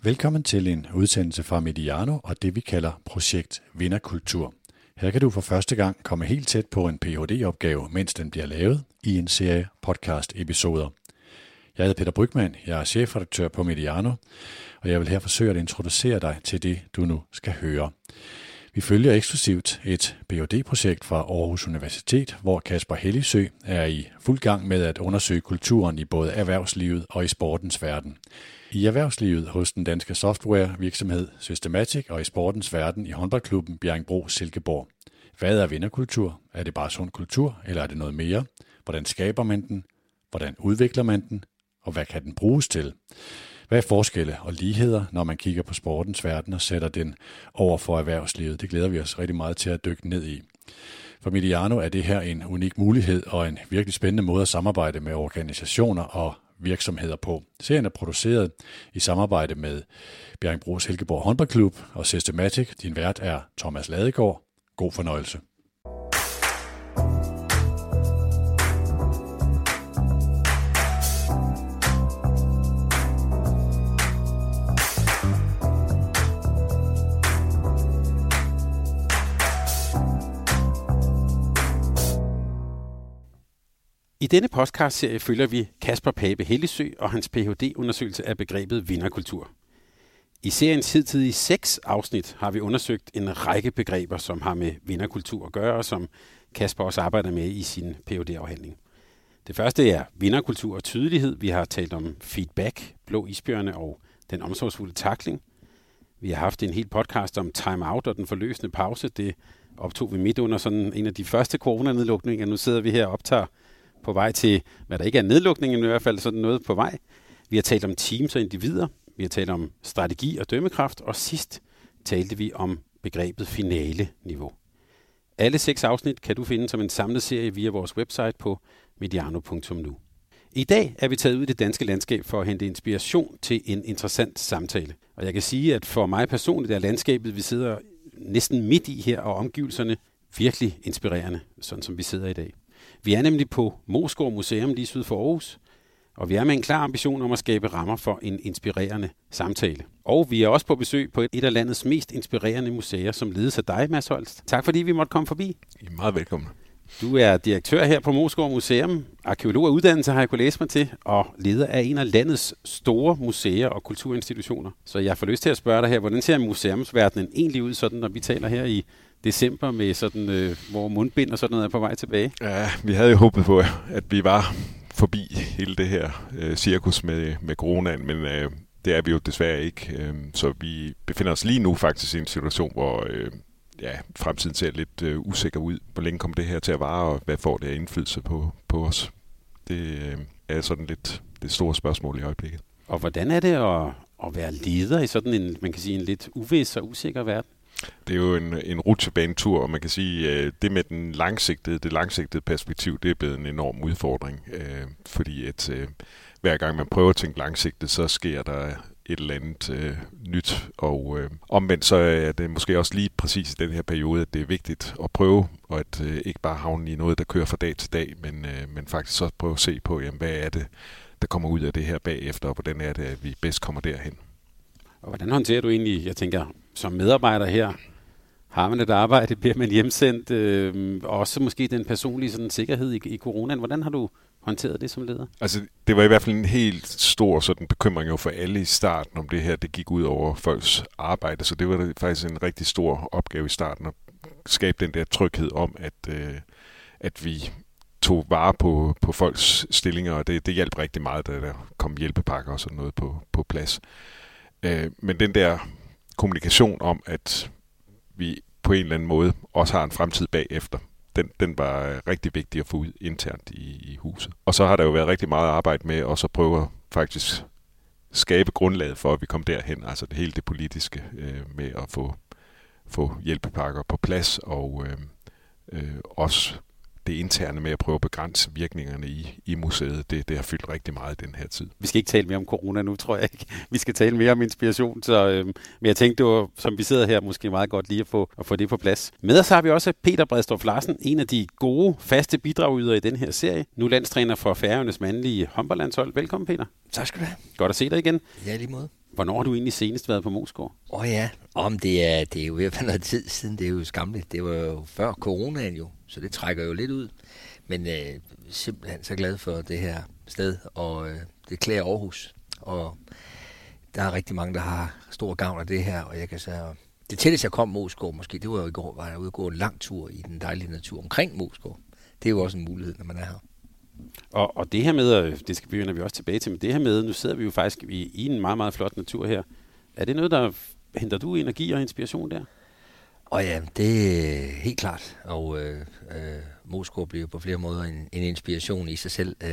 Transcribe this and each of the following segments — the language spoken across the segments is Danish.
Velkommen til en udsendelse fra Mediano og det vi kalder Projekt Vinderkultur. Her kan du for første gang komme helt tæt på en Ph.D.-opgave, mens den bliver lavet i en serie podcast-episoder. Jeg hedder Peter Brygmann, jeg er chefredaktør på Mediano, og jeg vil her forsøge at introducere dig til det, du nu skal høre. Vi følger eksklusivt et Ph.D.-projekt fra Aarhus Universitet, hvor Kasper Helligsø er i fuld gang med at undersøge kulturen i både erhvervslivet og i sportens verden. I erhvervslivet hos den danske softwarevirksomhed Systematic og i sportens verden i håndboldklubben Bjerringbro-Silkeborg. Hvad er vinderkultur? Er det bare sund kultur, eller er det noget mere? Hvordan skaber man den? Hvordan udvikler man den? Og hvad kan den bruges til? Hvad er forskelle og ligheder, når man kigger på sportens verden og sætter den over for erhvervslivet? Det glæder vi os rigtig meget til at dykke ned i. For Mediano er det her en unik mulighed og en virkelig spændende måde at samarbejde med organisationer og virksomheder på. Serien er produceret i samarbejde med Bjerringbro-Silkeborg håndboldklub og Systematic. Din vært er Thomas Ladegaard. God fornøjelse. I denne podcastserie følger vi Kasper Pape Helligsø og hans Ph.D.-undersøgelse af begrebet vinderkultur. I seriens hidtidige 6 afsnit har vi undersøgt en række begreber, som har med vinderkultur at gøre, og som Kasper også arbejder med i sin Ph.D.-afhandling. Det første er vinderkultur og tydelighed. Vi har talt om feedback, blå isbjørne og den omsorgsfulde tackling. Vi har haft en hel podcast om time-out og den forløsende pause. Det optog vi midt under sådan en af de første coronanedlukninger. Nu sidder vi her og optager på vej til, hvad der ikke er nedlukning, men i hvert fald sådan noget på vej. Vi har talt om teams og individer, vi har talt om strategi og dømmekraft, og sidst talte vi om begrebet finale-niveau. Alle 6 afsnit kan du finde som en samlet serie via vores website på mediano.nu. I dag er vi taget ud i det danske landskab for at hente inspiration til en interessant samtale. Og jeg kan sige, at for mig personligt er landskabet, vi sidder næsten midt i her, og omgivelserne virkelig inspirerende, sådan som vi sidder i dag. Vi er nemlig på Moesgaard Museum lige syd for Aarhus, og vi er med en klar ambition om at skabe rammer for en inspirerende samtale. Og vi er også på besøg på et af landets mest inspirerende museer, som ledes af dig, Mads Holst. Tak fordi vi måtte komme forbi. I er meget velkommen. Du er direktør her på Moesgaard Museum, arkeolog af uddannelse har jeg kunne læse mig til, og leder af en af landets store museer og kulturinstitutioner. Så jeg får lyst til at spørge dig her, hvordan ser museumsverdenen egentlig ud, sådan, når vi taler her i december med sådan, hvor mundbind og sådan noget er på vej tilbage? Ja, vi havde jo håbet på, at vi var forbi hele det her cirkus med coronaen, men det er vi jo desværre ikke. Så vi befinder os lige nu faktisk i en situation, hvor fremtiden ser lidt usikker ud. Hvor længe kommer det her til at vare, og hvad får det af indflydelse på os? Det er sådan lidt det store spørgsmål i øjeblikket. Og hvordan er det at være leder i sådan en, man kan sige, en lidt uvis og usikker verden? Det er jo en rutsjebanetur, og man kan sige, det med det langsigtede perspektiv, det er blevet en enorm udfordring, fordi at hver gang man prøver at tænke langsigtet, så sker der et eller andet nyt, og omvendt så er det måske også lige præcis i den her periode, at det er vigtigt at prøve, og at ikke bare havne i noget, der kører fra dag til dag, men faktisk så prøve at se på, jamen, hvad er det, der kommer ud af det her bagefter, og hvordan er det, at vi bedst kommer derhen. Og hvordan håndterer du egentlig, jeg tænker, som medarbejder her, har man et arbejde, bliver man hjemsendt, også måske den personlige sådan, sikkerhed i coronaen. Hvordan har du håndteret det som leder? Altså, det var i hvert fald en helt stor sådan, bekymring jo for alle i starten, om det her det gik ud over folks arbejde. Så det var faktisk en rigtig stor opgave i starten at skabe den der tryghed om, at vi tog vare på folks stillinger, og det hjalp rigtig meget, da der kom hjælpepakker og sådan noget på plads. Men den der kommunikation om, at vi på en eller anden måde også har en fremtid bagefter, den var rigtig vigtig at få ud internt i huset. Og så har der jo været rigtig meget arbejde med også at prøve at faktisk skabe grundlaget for, at vi kom derhen, altså det hele det politiske med at få hjælpepakker på plads, og også det interne med at prøve at begrænse virkningerne i museet, det har fyldt rigtig meget i den her tid. Vi skal ikke tale mere om corona nu, tror jeg ikke. Vi skal tale mere om inspiration, så, men jeg tænkte, det var, som vi sidder her, måske meget godt lige at få det på plads. Med os har vi også Peter Bredstrup Larsen, en af de gode, faste bidragydere i den her serie. Nu landstræner for Færøernes mandlige håndboldlandshold. Velkommen, Peter. Tak skal du have. Godt at se dig igen. Ja, lige måde. Hvornår har du egentlig senest været på Moesgaard? Ja, det er jo ved at være noget tid siden, det er jo skamligt. Det var jo før coronaen jo, så det trækker jo lidt ud. Men simpelthen så glad for det her sted, og det klæder Aarhus. Og der er rigtig mange, der har stor gavn af det her, og jeg kan så... Det tætteste jeg kom Moesgaard måske, det var jo i går, var jeg ude og gå en lang tur i den dejlige natur omkring Moesgaard. Det er jo også en mulighed, når man er her. Og det her med, det skal vi også tilbage til, men det her med, nu sidder vi jo faktisk i en meget, meget flot natur her. Er det noget, der henter du energi og inspiration der? Ja, det er helt klart. Og Moesgaard bliver på flere måder en inspiration i sig selv.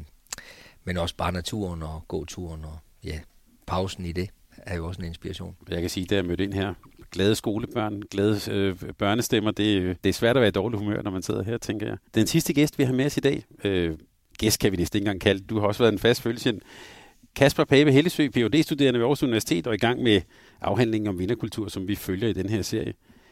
Men også bare naturen og gåturen og pausen i det er jo også en inspiration. Jeg kan sige, da jeg mødte ind her, glade skolebørn, glade børnestemmer, det er svært at være i dårlig humør, når man sidder her, tænker jeg. Den sidste gæst, vi har med os i dag, gæst kan vi næsten ikke engang kalde, du har også været en fast følgesvend. Kasper Pape Hellesøe, Ph.D.-studerende ved Aarhus Universitet, og i gang med afhandlingen om vinderkultur, som vi følger i den her serie.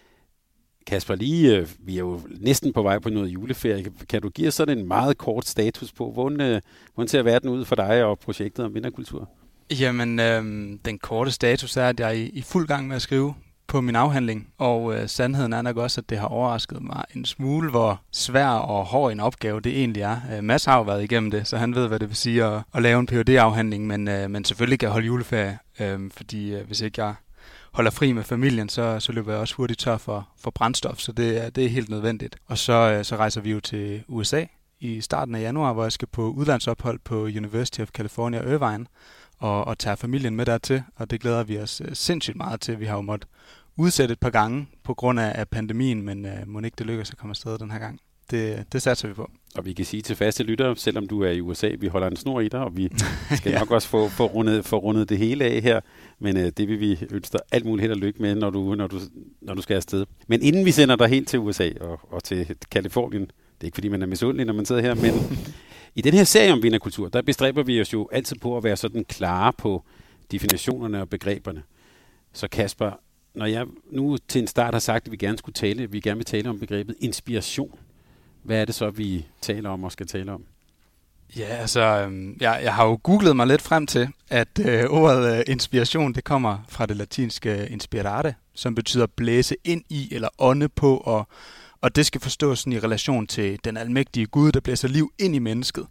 Kasper, vi er jo næsten på vej på noget juleferie. Kan du give os sådan en meget kort status på, hvordan ser verden ud for dig og projektet om vinderkultur? Jamen, den korte status er, at jeg er i fuld gang med at skrive på min afhandling, og sandheden er nok også, at det har overrasket mig en smule, hvor svær og hård en opgave det egentlig er. Mads har jo været igennem det, så han ved, hvad det vil sige at lave en Ph.D.-afhandling, men selvfølgelig kan jeg holde juleferie, fordi hvis ikke jeg holder fri med familien, så løber jeg også hurtigt tør for brændstof, så det er helt nødvendigt. Og så rejser vi jo til USA i starten af januar, hvor jeg skal på udlandsophold på University of California, Irvine, og tager familien med dertil, og det glæder vi os sindssygt meget til. Vi har jo måttet udsætte et par gange på grund af pandemien, men må ikke det lykkes at komme afsted den her gang. Det satser vi på. Og vi kan sige til faste lyttere, selvom du er i USA, vi holder en snor i dig, og vi skal nok også få rundet det hele af her. Men det vil vi ønske dig alt muligt held og lykke med, når du skal afsted. Men inden vi sender dig helt til USA og til Kalifornien, det er ikke fordi, man er misundelig, når man sidder her, men i den her serie om vinderkultur, der bestræber vi os jo altid på at være sådan klare på definitionerne og begreberne. Så Kasper, når jeg nu til en start har sagt, at vi gerne vil tale om begrebet inspiration, hvad er det så, vi taler om og skal tale om? Ja, altså, jeg har jo googlet mig lidt frem til, at ordet inspiration, det kommer fra det latinske inspirare, som betyder blæse ind i eller ånde på, og det skal forstås sådan i relation til den almægtige Gud, der blæser liv ind i mennesket.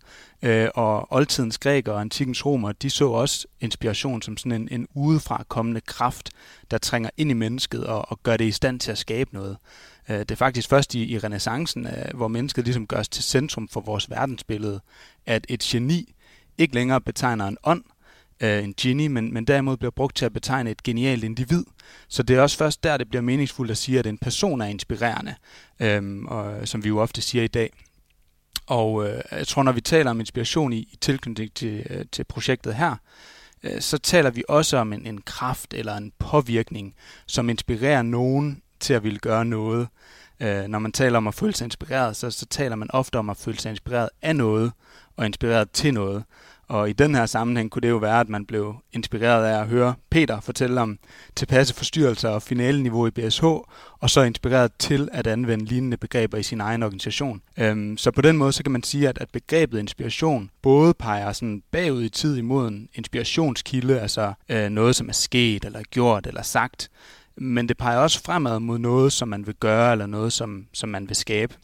Og oldtidens grækere og antikkens romere, de så også inspiration som sådan en udefra kommende kraft, der trænger ind i mennesket og gør det i stand til at skabe noget. Det er faktisk først i renæssancen, hvor mennesket ligesom gøres til centrum for vores verdensbillede, at et geni ikke længere betegner en ånd, en genie, men derimod bliver brugt til at betegne et genialt individ. Så det er også først der, det bliver meningsfuldt at sige, at en person er inspirerende, og, som vi jo ofte siger i dag. Og jeg tror, når vi taler om inspiration i tilknytning til projektet her, så taler vi også om en kraft eller en påvirkning, som inspirerer nogen til at ville gøre noget. Når man taler om at føle sig inspireret, så taler man ofte om at føle sig inspireret af noget og inspireret til noget. Og i den her sammenhæng kunne det jo være, at man blev inspireret af at høre Peter fortælle om tilpasse forstyrrelser og finaleniveau i BSH, og så inspireret til at anvende lignende begreber i sin egen organisation. Så på den måde så kan man sige, at begrebet inspiration både peger sådan bagud i tid imod en inspirationskilde, altså noget, som er sket eller gjort eller sagt, men det peger også fremad mod noget, som man vil gøre, eller noget, som man vil skabe.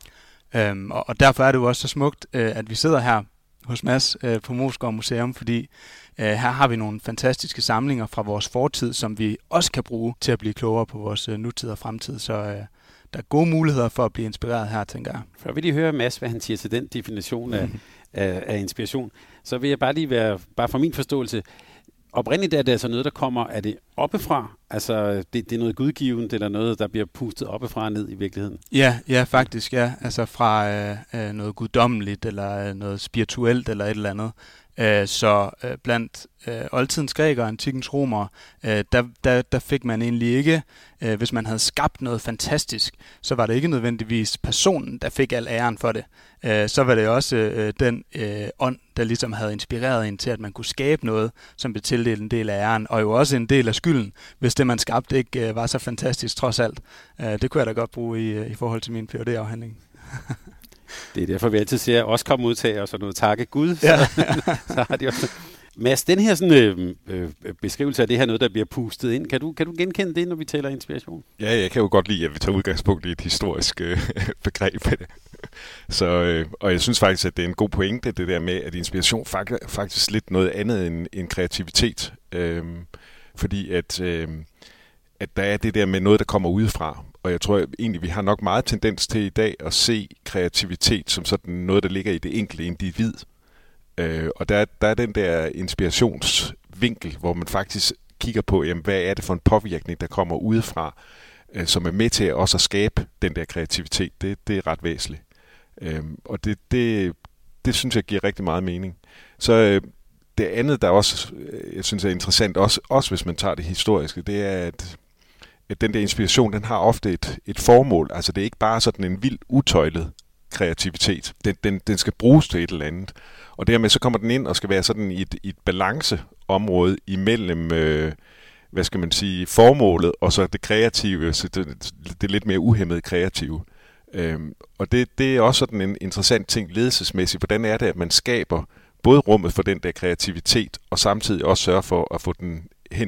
Og derfor er det jo også så smukt, at vi sidder her hos Mads på Moesgaard Museum, fordi her har vi nogle fantastiske samlinger fra vores fortid, som vi også kan bruge til at blive klogere på vores nutid og fremtid. Så der er gode muligheder for at blive inspireret her, tænker jeg. Før vi lige hører Mads, hvad han siger til den definition af inspiration, så vil jeg bare for min forståelse, oprindeligt er det altså noget, der kommer, er det oppefra? Altså, det er noget gudgivent, eller noget, der bliver pustet oppefra ned i virkeligheden? Ja, faktisk, ja. Altså fra noget guddommeligt, eller noget spirituelt, eller et eller andet. Så blandt oldtidens grækere og antikkens romere, der fik man egentlig ikke, hvis man havde skabt noget fantastisk, så var det ikke nødvendigvis personen, der fik al æren for det. Så var det også den ånd, der ligesom havde inspireret en til, at man kunne skabe noget, som blev tildelt en del af æren, og jo også en del af skylden, hvis det, man skabte, ikke var så fantastisk trods alt. Det kunne jeg da godt bruge i forhold til min Ph.D.-afhandling. Det er derfor, vi altid siger, også komme udtager og så noget takke Gud. Ja. Så har de også. Mads, den her sådan, beskrivelse af det her noget, der bliver pustet ind, kan du genkende det, når vi taler inspiration? Ja, jeg kan jo godt lide, at vi tager udgangspunkt i et historisk begreb. Så, og jeg synes faktisk, at det er en god pointe, det der med, at inspiration faktisk lidt noget andet end kreativitet. Fordi at der er det der med noget, der kommer udefra. Og jeg tror egentlig, vi har nok meget tendens til i dag at se kreativitet som sådan noget, der ligger i det enkelte individ. Og der er den der inspirationsvinkel, hvor man faktisk kigger på, jamen, hvad er det for en påvirkning, der kommer udefra, som er med til også at skabe den der kreativitet. Det er ret væsentligt. Og det synes jeg giver rigtig meget mening. Så det andet, der også, jeg synes er interessant, også hvis man tager det historiske, det er, at den der inspiration, den har ofte et formål. Altså det er ikke bare sådan en vild utøjlet kreativitet. Den skal bruges til et eller andet. Og dermed så kommer den ind og skal være sådan i et balanceområde imellem, hvad skal man sige, formålet og så det kreative, så det lidt mere uhæmmede kreative. Og det er også sådan en interessant ting ledelsesmæssigt. Hvordan er det, at man skaber både rummet for den der kreativitet, og samtidig også sørger for at få den hen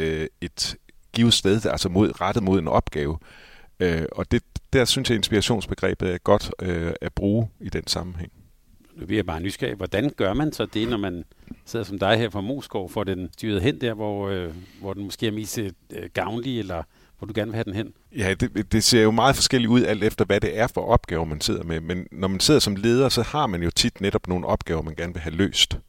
et givet sted, altså rettet mod en opgave. Og der synes jeg, inspirationsbegrebet er godt at bruge i den sammenhæng. Nu bliver jeg bare nysgerrig. Hvordan gør man så det, når man sidder som dig her fra Moskov, får den styret hen der, hvor den måske er mest gavnlig, eller hvor du gerne vil have den hen? Ja, det ser jo meget forskelligt ud, alt efter hvad det er for opgaver, man sidder med. Men når man sidder som leder, så har man jo tit netop nogle opgaver, man gerne vil have løst.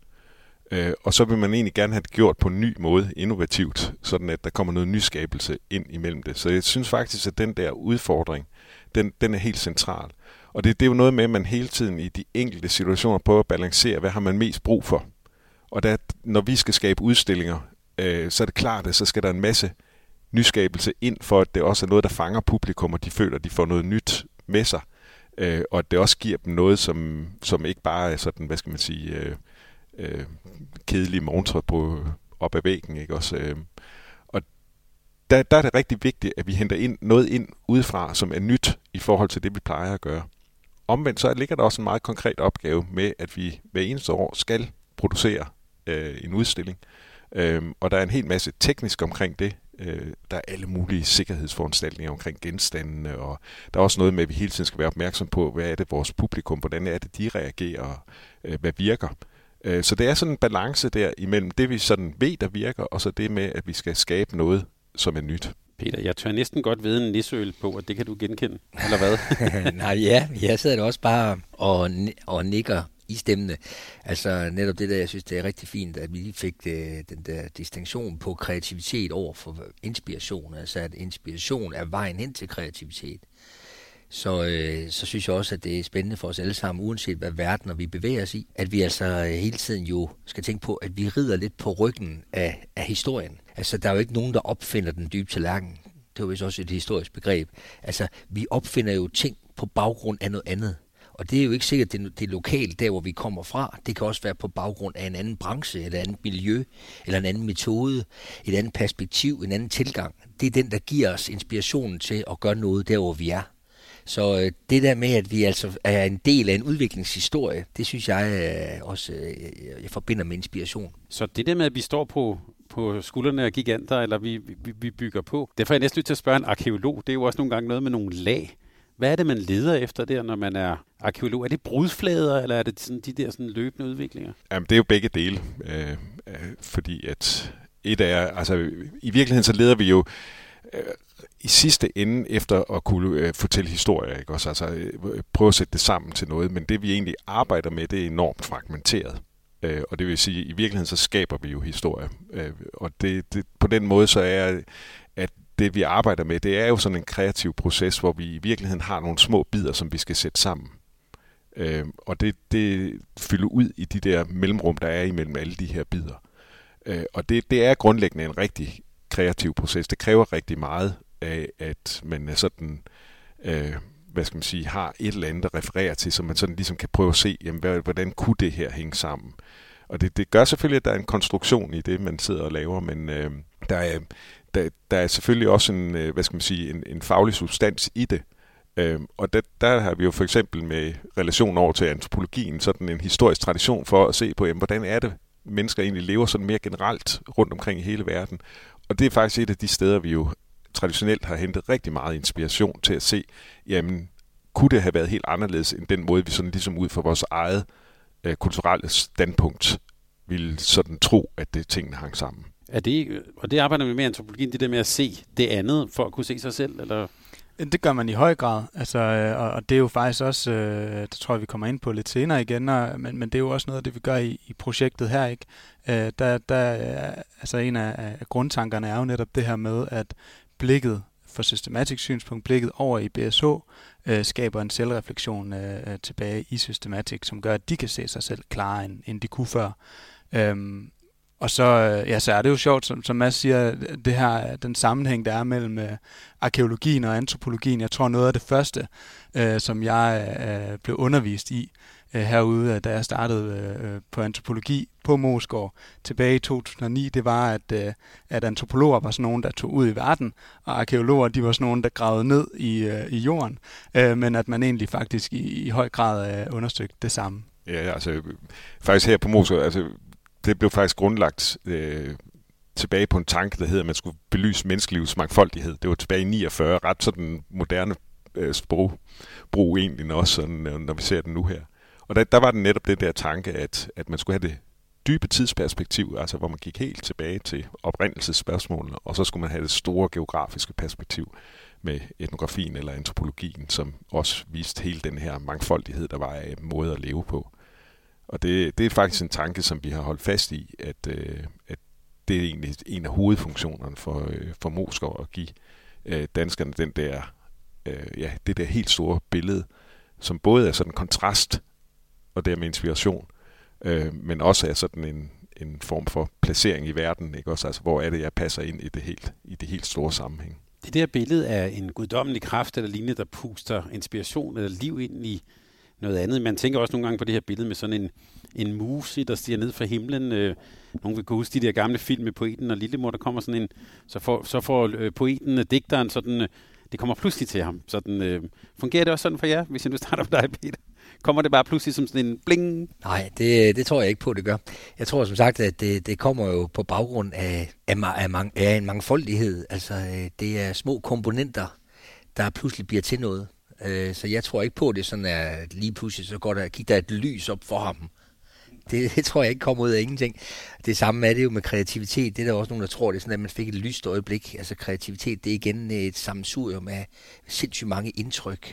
Og så vil man egentlig gerne have det gjort på en ny måde, innovativt, sådan at der kommer noget nyskabelse ind imellem det. Så jeg synes faktisk, at den der udfordring, den er helt central. Og det er jo noget med, at man hele tiden i de enkelte situationer prøver at balancere, hvad har man mest brug for. Og når vi skal skabe udstillinger, så er det klart, at så skal der en masse nyskabelse ind, for at det også er noget, der fanger publikum, og de føler, at de får noget nyt med sig. Og at det også giver dem noget, som ikke bare er sådan, hvad skal man sige, kedelige montrer på op ad væggen, ikke også? Og der er det rigtig vigtigt, at vi henter noget ind udefra, som er nyt i forhold til det, vi plejer at gøre. Omvendt så ligger der også en meget konkret opgave med, at vi hver eneste år skal producere en udstilling. Og der er en hel masse teknisk omkring det. Der er alle mulige sikkerhedsforanstaltninger omkring genstandene, og der er også noget med, at vi hele tiden skal være opmærksom på, hvad er det vores publikum, hvordan er det, de reagerer, og hvad virker. Så det er sådan en balance der imellem det, vi sådan ved, der virker, og så det med, at vi skal skabe noget, som er nyt. Peter, jeg tør næsten godt ved en nisseøl på, og det kan du genkende, eller hvad? Nej, ja, jeg sidder da også bare og nikker i stemmene. Altså netop det der, jeg synes, det er rigtig fint, at vi lige fik den der distinktion på kreativitet over for inspiration. Altså at inspiration er vejen hen til kreativitet. Så synes jeg også, at det er spændende for os alle sammen, uanset hvad verden vi bevæger os i, at vi altså hele tiden jo skal tænke på, at vi rider lidt på ryggen af historien. Altså, der er jo ikke nogen, der opfinder den dybe tallerken. Det er jo vist også et historisk begreb. Altså, vi opfinder jo ting på baggrund af noget andet. Og det er jo ikke sikkert, at det er lokalt, der hvor vi kommer fra. Det kan også være på baggrund af en anden branche, eller et andet miljø, eller en anden metode, et andet perspektiv, en anden tilgang. Det er den, der giver os inspirationen til at gøre noget der, hvor vi er. Så det der med, at vi altså er en del af en udviklingshistorie, det synes jeg også, jeg forbinder med inspiration. Så det der med, at vi står på skuldrene af giganter, eller vi bygger på. Derfor er jeg næsten nødt til at spørge en arkeolog. Det er jo også nogle gange noget med nogle lag. Hvad er det, man leder efter der, når man er arkeolog? Er det brudflader, eller er det sådan de der sådan løbende udviklinger? Jamen, det er jo begge dele. Fordi at altså i virkeligheden så leder vi jo i sidste ende efter at kunne fortælle historier, ikke også? Altså prøve at sætte det sammen til noget, men det vi egentlig arbejder med, det er enormt fragmenteret. Og det vil sige, at i virkeligheden så skaber vi jo historie. Og det på den måde så er, at det vi arbejder med, det er jo sådan en kreativ proces, hvor vi i virkeligheden har nogle små bidder, som vi skal sætte sammen. Og det fylder ud i de der mellemrum, der er imellem alle de her bidder. Og det er grundlæggende en rigtig kreativ proces. Det kræver rigtig meget af, at man er sådan, hvad skal man sige, har et eller andet at referere til, så man sådan ligesom kan prøve at se, jamen, hvordan kunne det her hænge sammen. Og det gør selvfølgelig, at der er en konstruktion i det, man sidder og laver, men der er selvfølgelig også en, hvad skal man sige, en faglig substans i det. Og der har vi jo for eksempel med relation over til antropologien sådan en historisk tradition for at se på, jamen, hvordan er det, mennesker egentlig lever sådan mere generelt rundt omkring i hele verden. Og det er faktisk et af de steder, vi jo traditionelt har hentet rigtig meget inspiration til at se, jamen, kunne det have været helt anderledes end den måde, vi sådan ligesom ud fra vores eget kulturelle standpunkt ville sådan tro, at det tingene hang sammen. Og det arbejder man med antropologien, det der med at se det andet, for at kunne se sig selv, eller? Det gør man i høj grad, altså, og det er jo faktisk også, det tror jeg, vi kommer ind på lidt senere igen, men det er jo også noget af det, vi gør i projektet her, ikke? Altså en af grundtankerne er jo netop det her med, at blikket for systematisk synspunkt, blikket over i BSH, skaber en selvreflektion tilbage i systematik, som gør, at de kan se sig selv klarere, end de kunne før. Og så er det jo sjovt, som Mads siger, det her, den sammenhæng, der er mellem arkæologien og antropologien. Jeg tror, noget af det første, som jeg blev undervist i herude, da jeg startede på antropologi på Moesgaard tilbage i 2009, det var, at antropologer var sådan nogen, der tog ud i verden, og arkæologer, de var sådan nogen, der gravede ned i jorden, men at man egentlig faktisk i høj grad undersøgte det samme. Ja, altså faktisk her på Moesgaard, altså det blev faktisk grundlagt tilbage på en tanke, der hedder, at man skulle belyse menneskelivets mangfoldighed. Det var tilbage i 49, ret sådan moderne sprogbrug egentlig også, sådan, når vi ser den nu her. Og der var den netop det der tanke, at man skulle have det dybe tidsperspektiv, altså hvor man gik helt tilbage til oprindelsesspørgsmålene, og så skulle man have det store geografiske perspektiv med etnografien eller antropologien, som også viste hele den her mangfoldighed, der var af måde at leve på. Og det er faktisk en tanke, som vi har holdt fast i, at det er egentlig en af hovedfunktionerne for Moesgaard at give danskerne den der, det der helt store billede, som både er sådan en kontrast og dermed inspiration, men også er sådan en form for placering i verden, ikke også? Altså, hvor er det, jeg passer ind i det helt store sammenhæng. Det der billede er en guddommelig kraft eller lignende, der puster inspiration eller liv ind i noget andet. Man tænker også nogle gange på det her billede med sådan en muse, der stiger ned fra himlen. Nogen vil kunne huske de der gamle film med poeten og Lillemor, der kommer sådan en, så får poeten, digteren, sådan, det kommer pludselig til ham. Sådan, fungerer det også sådan for jer, hvis jeg nu starter med dig, Peter? Kommer det bare pludselig som sådan en bling? Nej, det tror jeg ikke på, det gør. Jeg tror som sagt, at det kommer jo på baggrund af en mangfoldighed. Altså, det er små komponenter, der pludselig bliver til noget. Så jeg tror ikke på, at det sådan er lige pludselig, så kigger der et lys op for ham. Det tror jeg ikke kommer ud af ingenting. Det samme er det jo med kreativitet. Det er der også nogen, der tror, det er sådan, at man fik et lyst øjeblik. Altså kreativitet, det er igen et sammensurium af sindssygt mange indtryk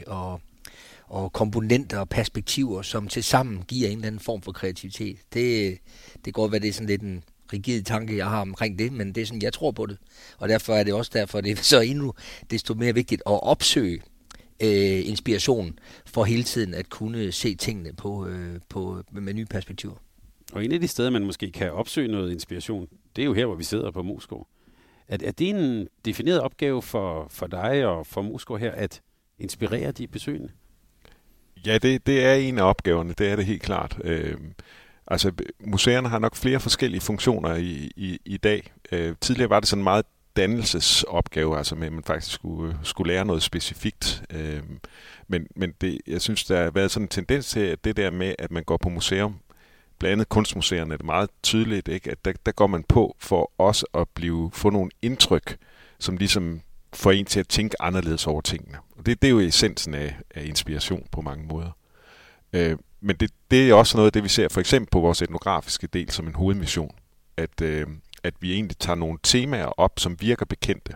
og komponenter og perspektiver, som tilsammen giver en eller anden form for kreativitet. Det går være, det er sådan lidt en rigid tanke, jeg har omkring det, men det er sådan, jeg tror på det. Og derfor er det også derfor, det er så endnu desto mere vigtigt at opsøge inspiration for hele tiden at kunne se tingene med nye perspektiver. Og en af de steder, man måske kan opsøge noget inspiration, det er jo her, hvor vi sidder på Moesgaard. Er det en defineret opgave for dig og for Moesgaard her, at inspirere de besøgende? Ja, det er en af opgaverne, det er det helt klart. Altså, museerne har nok flere forskellige funktioner i dag. Tidligere var det sådan meget dannelsesopgave, altså med at man faktisk skulle lære noget specifikt. Men jeg synes, der har været sådan en tendens til, at det der med, at man går på museum, blandt andet kunstmuseerne, er det meget tydeligt, ikke? At der går man på for også at få nogle indtryk, som ligesom får en til at tænke anderledes over tingene. Og det er jo essensen af inspiration på mange måder. Men det er også noget af det, vi ser for eksempel på vores etnografiske del som en hovedmission. At vi egentlig tager nogle temaer op, som virker bekendte,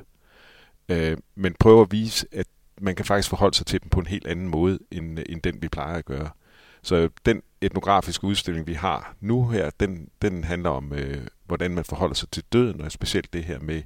men prøver at vise, at man kan faktisk forholde sig til dem på en helt anden måde, end den vi plejer at gøre. Så den etnografiske udstilling, vi har nu her, den handler om, hvordan man forholder sig til døden, og specielt det her med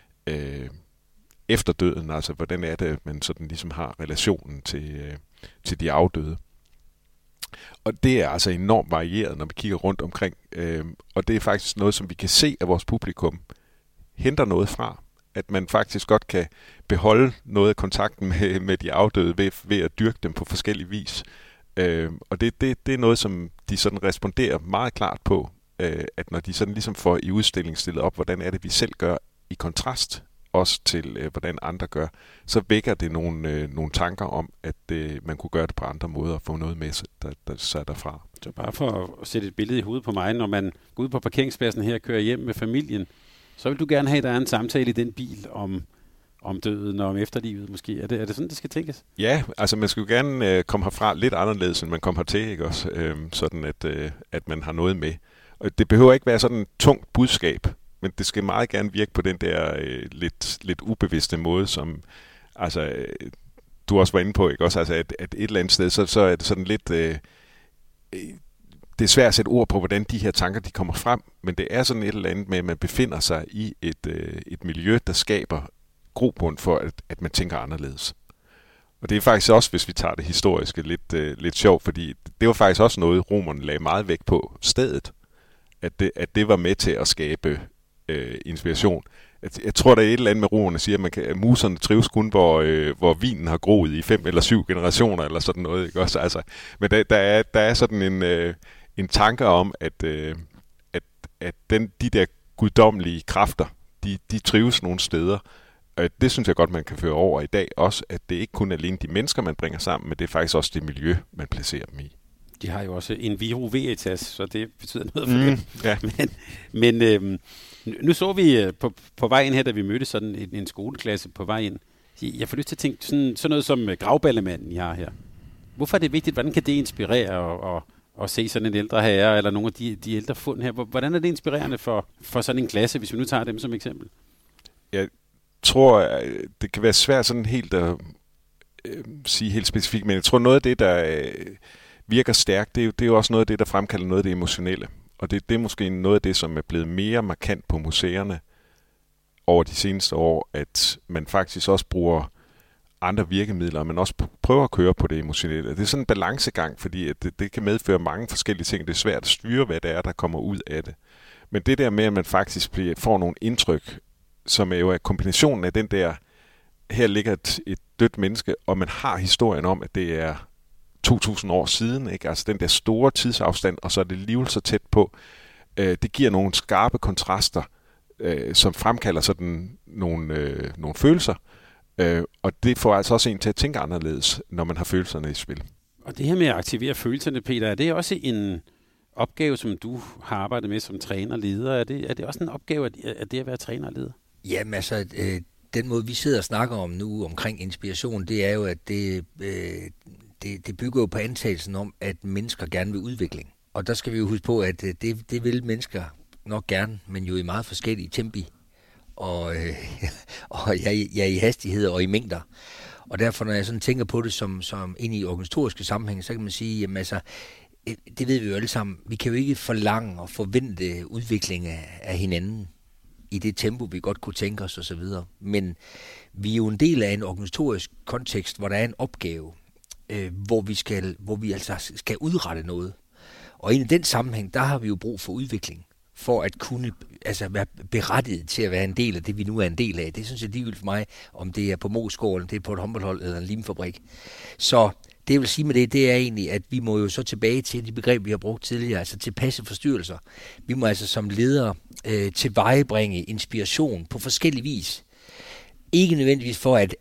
efter døden, altså hvordan er det, at man sådan ligesom har relationen til de afdøde. Og det er altså enormt varieret, når vi kigger rundt omkring. Og det er faktisk noget, som vi kan se, at vores publikum henter noget fra. At man faktisk godt kan beholde noget af kontakten med de afdøde ved at dyrke dem på forskellige vis. Og det er noget, som de sådan responderer meget klart på. At når de sådan ligesom får i udstillingen stillet op, hvordan er det, vi selv gør i kontrast også til, hvordan andre gør, så vækker det nogle tanker om, at man kunne gøre det på andre måder og få noget med sig derfra. Så bare for at sætte et billede i hovedet på mig, når man går ud på parkeringspladsen her og kører hjem med familien, så vil du gerne have, at der er en samtale i den bil om døden og om efterlivet måske. Er det sådan, det skal tænkes? Ja, altså man skal jo gerne komme herfra lidt anderledes, end man kom hertil, ikke også? Sådan at man har noget med. Og det behøver ikke være sådan et tungt budskab, men det skal meget gerne virke på den der lidt ubevidste måde, som altså du også var inde på, ikke også? Altså at et eller andet sted, så er det sådan lidt det er svært at sætte ord på, hvordan de her tanker de kommer frem, men det er sådan et eller andet med, at man befinder sig i et miljø, der skaber grobund for, at man tænker anderledes. Og det er faktisk også, hvis vi tager det historiske, lidt sjovt, fordi det var faktisk også noget, romerne lagde meget vægt på stedet, at det var med til at skabe inspiration. Jeg tror, der er et eller andet med romerne, siger, at muserne trives kun, hvor vinen har groet i 5 eller 7 generationer, eller sådan noget. Ikke også? Altså, men der er sådan en tanke om, at de der guddommelige kræfter, de trives nogle steder. Det synes jeg godt, man kan føre over i dag også, at det ikke kun er alene de mennesker, man bringer sammen, men det er faktisk også det miljø, man placerer dem i. De har jo også en viro veritas, så det betyder noget for dem. Ja. Men nu så vi på vej ind her, da vi mødte sådan en skoleklasse på vej ind. Jeg får lyst til at tænke sådan noget som gravballemanden, I har her. Hvorfor er det vigtigt? Hvordan kan det inspirere at se sådan en ældre herre, eller nogle af de ældre fund her? Hvordan er det inspirerende for sådan en klasse, hvis vi nu tager dem som eksempel? Jeg tror, det kan være svært sådan helt at sige helt specifikt, men jeg tror noget af det, der virker stærkt, det er jo også noget af det, der fremkalder noget af det emotionelle. Og det er måske noget af det, som er blevet mere markant på museerne over de seneste år, at man faktisk også bruger andre virkemidler, og man også prøver at køre på det emotionelle. Det er sådan en balancegang, fordi at det kan medføre mange forskellige ting. Det er svært at styre, hvad det er, der kommer ud af det. Men det der med, at man faktisk får nogle indtryk, som er jo kombinationen af den der, her ligger et dødt menneske, og man har historien om, at det er 2000 år siden, ikke? Altså den der store tidsafstand, og så er det alligevel så tæt på. Det giver nogle skarpe kontraster, som fremkalder sådan nogle følelser, og det får altså også en til at tænke anderledes, når man har følelserne i spil. Og det her med at aktivere følelserne, Peter, er det også en opgave, som du har arbejdet med som træner og leder? Er det også en opgave, at det at være træner og leder? Jamen altså, den måde vi sidder og snakker om nu omkring inspiration, det er jo, at det bygger jo på antagelsen om, at mennesker gerne vil udvikling. Og der skal vi jo huske på, at det vil mennesker nok gerne, men jo i meget forskellige tempi. Og i hastigheder og i mængder. Og derfor, når jeg sådan tænker på det som ind i organisatoriske sammenhæng, så kan man sige, jamen altså, det ved vi jo alle sammen, vi kan jo ikke forlange og forvente udvikling af hinanden i det tempo, vi godt kunne tænke os osv. Men vi er jo en del af en organisatorisk kontekst, hvor der er en opgave, hvor vi altså skal udrette noget. Og i den sammenhæng, der har vi jo brug for udvikling, for at kunne være berettiget til at være en del af det, vi nu er en del af. Det synes jeg er ligegyldigt for mig, om det er på Moskål, det er på et håndboldhold eller en limfabrik. Så det jeg vil sige med det er egentlig, at vi må jo så tilbage til de begreber, vi har brugt tidligere, altså til passive forstyrrelser. Vi må altså som ledere tilvejebringe inspiration på forskellig vis. Ikke nødvendigvis for, at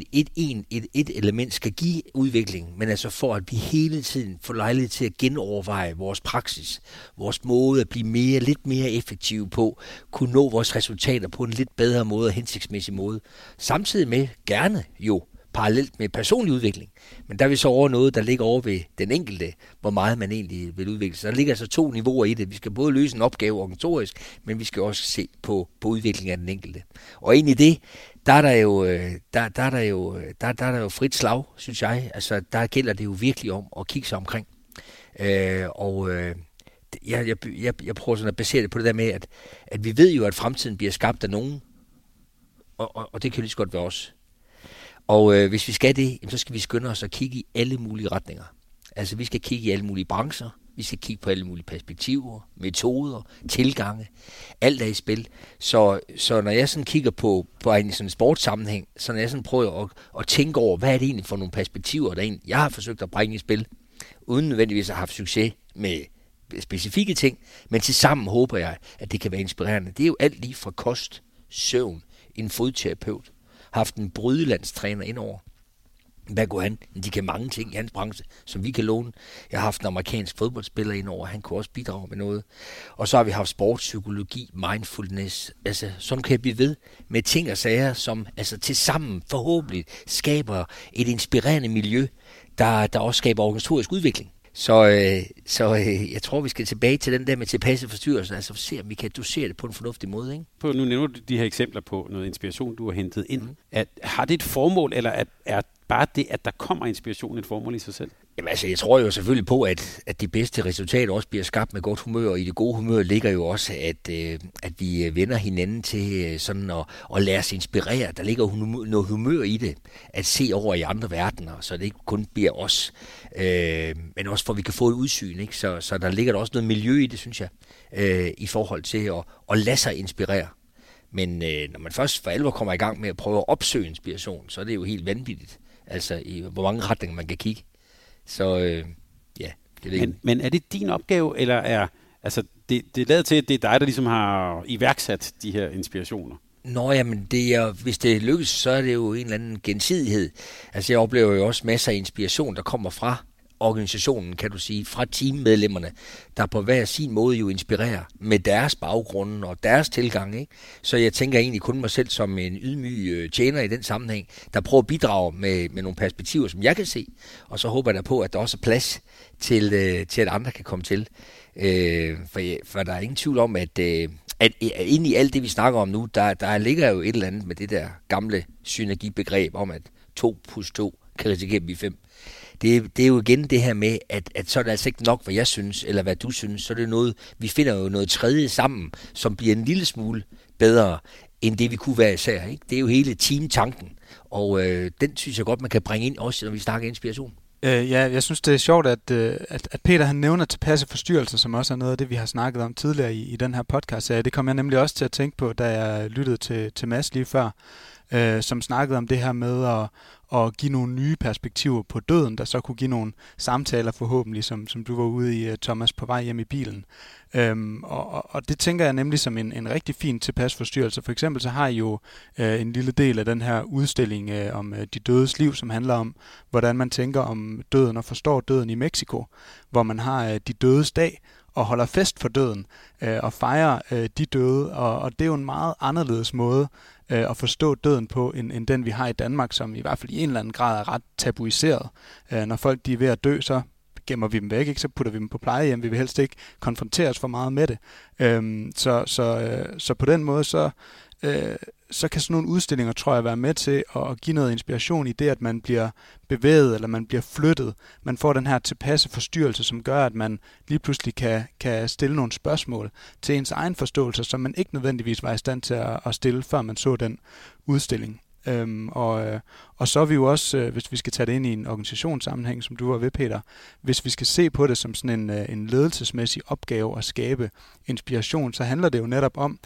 et element skal give udvikling, men altså for, at vi hele tiden får lejlighed til at genoverveje vores praksis, vores måde at blive lidt mere effektive på, kunne nå vores resultater på en lidt bedre måde og hensigtsmæssig måde. Samtidig med gerne jo parallelt med personlig udvikling, men der er vi så over noget, der ligger over ved den enkelte, hvor meget man egentlig vil udvikle sig. Der ligger altså 2 niveauer i det. Vi skal både løse en opgave organisatorisk, men vi skal også se på udviklingen af den enkelte. Og ind i det, der er der jo frit slag, synes jeg. Altså, der gælder det jo virkelig om at kigge sig omkring. Jeg prøver sådan at basere det på det der med, at vi ved jo, at fremtiden bliver skabt af nogen, og det kan jo lige så godt være os. Og hvis vi skal det, så skal vi skynde os at kigge i alle mulige retninger. Altså, vi skal kigge i alle mulige brancher, vi skal kigge på alle mulige perspektiver, metoder, tilgange. Alt er i spil. Så når jeg sådan kigger på en sådan sportssammenhæng, så når jeg sådan prøver at tænke over, hvad er det egentlig for nogle perspektiver, jeg har forsøgt at bringe i spil, uden nødvendigvis at have haft succes med specifikke ting, men til sammen håber jeg, at det kan være inspirerende. Det er jo alt lige fra kost, søvn, en fodterapeut, haft en brydelandstræner indover. Hvad kunne han? De kan mange ting i hans branche, som vi kan låne. Jeg har haft en amerikansk fodboldspiller indover, han kunne også bidrage med noget. Og så har vi haft sportspsykologi, mindfulness, altså sådan kan jeg blive ved med ting og sager, som altså tilsammen forhåbentlig skaber et inspirerende miljø, der også skaber organisatorisk udvikling. Så jeg tror, vi skal tilbage til den der med tilpasse forstyrrelser, altså se, om vi kan dosere det på en fornuftig måde. Ikke? Nu nævner du de her eksempler på noget inspiration, du har hentet ind. Har det et formål, eller er bare det, at der kommer inspiration, et formål i sig selv? Jamen altså, jeg tror jo selvfølgelig på, at de bedste resultater også bliver skabt med godt humør, og i det gode humør ligger jo også, at vi vender hinanden til sådan at lade os inspirere. Der ligger noget humør i det, at se over i andre verdener, så det ikke kun bliver os, men også for at vi kan få et udsyn. Ikke? Så der ligger der også noget miljø i det, synes jeg, i forhold til at lade sig inspirere. Men når man først for alvor kommer i gang med at prøve at opsøge inspiration, så er det jo helt vanvittigt. Altså, i hvor mange retninger man kan kigge. Så ja, det ved jeg. Men er det din opgave, eller er altså det lader til, at det er dig, der ligesom har iværksat de her inspirationer? Nå, jamen, hvis det lykkes, så er det jo en eller anden gensidighed. Altså, jeg oplever jo også masser af inspiration, der kommer fra organisationen, kan du sige, fra teammedlemmerne, der på hver sin måde jo inspirerer med deres baggrunde og deres tilgang. Ikke? Så jeg tænker egentlig kun mig selv som en ydmyg tjener i den sammenhæng, der prøver at bidrage med nogle perspektiver, som jeg kan se, og så håber jeg på, at der også er plads til at andre kan komme til. For der er ingen tvivl om, at inde i alt det, vi snakker om nu, der ligger jo et eller andet med det der gamle synergibegreb om, at 2 + 2 kan risikere at blive 5. Det er jo igen det her med, at så er det altså ikke nok, hvad jeg synes, eller hvad du synes. Så er det noget, vi finder jo noget tredje sammen, som bliver en lille smule bedre, end det vi kunne være især. Ikke? Det er jo hele teamtanken, og den synes jeg godt, man kan bringe ind, også når vi snakker inspiration. Ja, jeg synes, det er sjovt, at Peter han nævner tilpasse forstyrrelser, som også er noget af det, vi har snakket om tidligere i den her podcast. Det kom jeg nemlig også til at tænke på, da jeg lyttede til Mads lige før, som snakkede om det her med at give nogle nye perspektiver på døden, der så kunne give nogle samtaler forhåbentlig, som du var ude i, Thomas, på vej hjem i bilen. Og det tænker jeg nemlig som en rigtig fin tilpasforstyrrelse. For eksempel så har I jo en lille del af den her udstilling om de dødes liv, som handler om, hvordan man tænker om døden og forstår døden i Mexico, hvor man har de dødes dag, og holder fest for døden, og fejrer de døde, og det er jo en meget anderledes måde at forstå døden på, end den vi har i Danmark, som i hvert fald i en eller anden grad er ret tabuiseret. Når folk de er ved at dø, så gemmer vi dem væk, ikke? Så putter vi dem på plejehjem. Vi vil helst ikke konfronteres for meget med det. Så på den måde, så kan sådan nogle udstillinger, tror jeg, være med til at give noget inspiration i det, at man bliver bevæget, eller man bliver flyttet. Man får den her tilpasse forstyrrelse, som gør, at man lige pludselig kan stille nogle spørgsmål til ens egen forståelse, som man ikke nødvendigvis var i stand til at stille, før man så den udstilling. Og så er vi jo også, hvis vi skal tage det ind i en organisationssammenhæng, som du var ved, Peter, hvis vi skal se på det som sådan en ledelsesmæssig opgave at skabe inspiration, så handler det jo netop om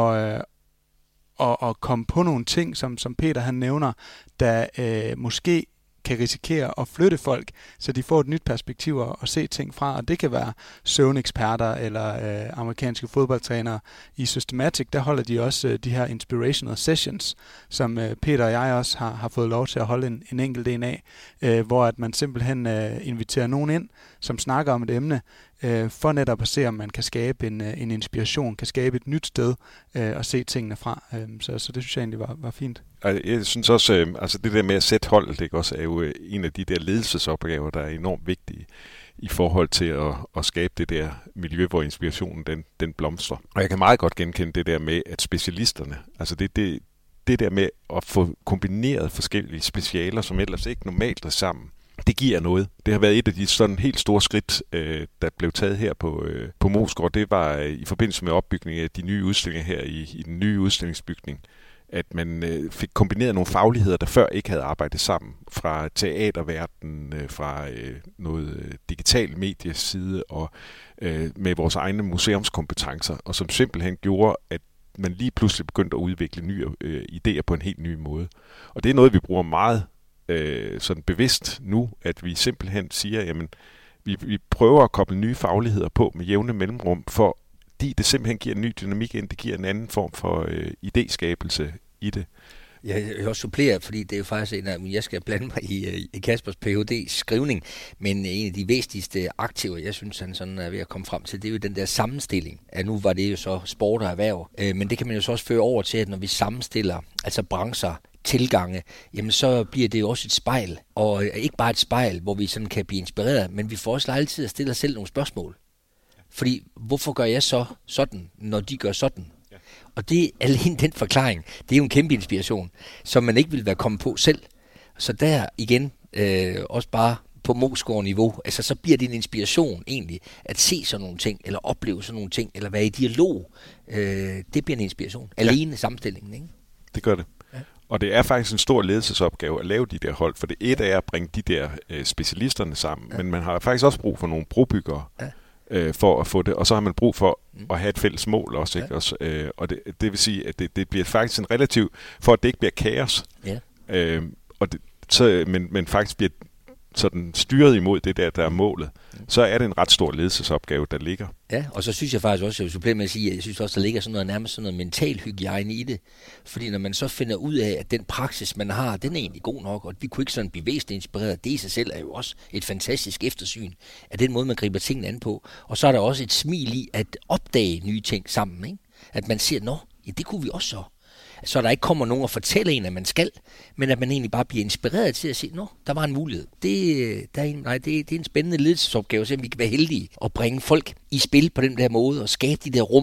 at komme på nogle ting, som Peter han nævner, der måske kan risikere at flytte folk, så de får et nyt perspektiv og se ting fra, og det kan være søvneksperter eller amerikanske fodboldtrænere. I Systematic, der holder de også de her inspirational sessions, som Peter og jeg også har fået lov til at holde en enkelt en af, hvor at man simpelthen inviterer nogen ind, som snakker om et emne, for netop at se, om man kan skabe en inspiration, kan skabe et nyt sted og se tingene fra. Så det synes jeg egentlig var fint. Jeg synes også, altså det der med at sætte holdet, ikke, også er jo en af de der ledelsesopgaver, der er enormt vigtige i forhold til at skabe det der miljø, hvor inspirationen den blomstrer. Og jeg kan meget godt genkende det der med, at specialisterne, altså det der med at få kombineret forskellige specialer, som ellers ikke normalt er sammen, det giver noget. Det har været et af de sådan helt store skridt, der blev taget her på Moesgaard. Det var i forbindelse med opbygningen af de nye udstillinger her i den nye udstillingsbygning, at man fik kombineret nogle fagligheder, der før ikke havde arbejdet sammen, fra teaterverdenen, fra noget digital medieside og med vores egne museumskompetencer, og som simpelthen gjorde, at man lige pludselig begyndte at udvikle nye idéer på en helt ny måde. Og det er noget, vi bruger meget sådan bevidst nu, at vi simpelthen siger, jamen, vi prøver at koble nye fagligheder på med jævne mellemrum, fordi det simpelthen giver en ny dynamik ind, det giver en anden form for idéskabelse i det. Jeg vil også supplere, fordi det er jo faktisk jeg skal blande mig i Kaspers Ph.D.-skrivning, men en af de væsentligste aktiver, jeg synes, han sådan er ved at komme frem til, det er jo den der sammenstilling. Ja, nu var det jo så sport og erhverv, men det kan man jo så også føre over til, at når vi sammenstiller, altså brancher, tilgange, jamen så bliver det jo også et spejl, og ikke bare et spejl, hvor vi sådan kan blive inspireret, men vi får også altid at stille os selv nogle spørgsmål. Fordi, hvorfor gør jeg så sådan, når de gør sådan? Og det er alene den forklaring. Det er jo en kæmpe inspiration, som man ikke ville være kommet på selv. Så der igen, også bare på Moesgaard-niveau, altså så bliver det en inspiration egentlig, at se sådan nogle ting, eller opleve sådan nogle ting, eller være i dialog. Det bliver en inspiration. Alene sammenstillingen, ikke? Det gør det. Ja. Og det er faktisk en stor ledelsesopgave at lave de der hold, for det et er at bringe de der specialisterne sammen, men man har faktisk også brug for nogle brobyggere. Ja. For at få det, og så har man brug for at have et fælles mål også, ikke? Også, og det vil sige, at det bliver faktisk en relativ, for at det ikke bliver kaos, men faktisk bliver sådan styret imod det der er målet, så er det en ret stor ledelsesopgave, der ligger. Ja, og så synes jeg faktisk også, jeg vil supplere med at sige, at jeg synes også, der ligger sådan noget, nærmest sådan noget mental hygiejne i det. Fordi når man så finder ud af, at den praksis, man har, den er egentlig god nok, og vi kunne ikke sådan blive væsentligt inspireret. Det i sig selv er jo også et fantastisk eftersyn af den måde, man griber tingene an på. Og så er der også et smil i at opdage nye ting sammen, ikke? At man siger, ja, det kunne vi også så. Så der ikke kommer nogen og fortæller en, at man skal, men at man egentlig bare bliver inspireret til at sige, der var en mulighed. Det er en spændende ledelsesopgave, så vi kan være heldige at bringe folk i spil på den der måde og skabe de der rum,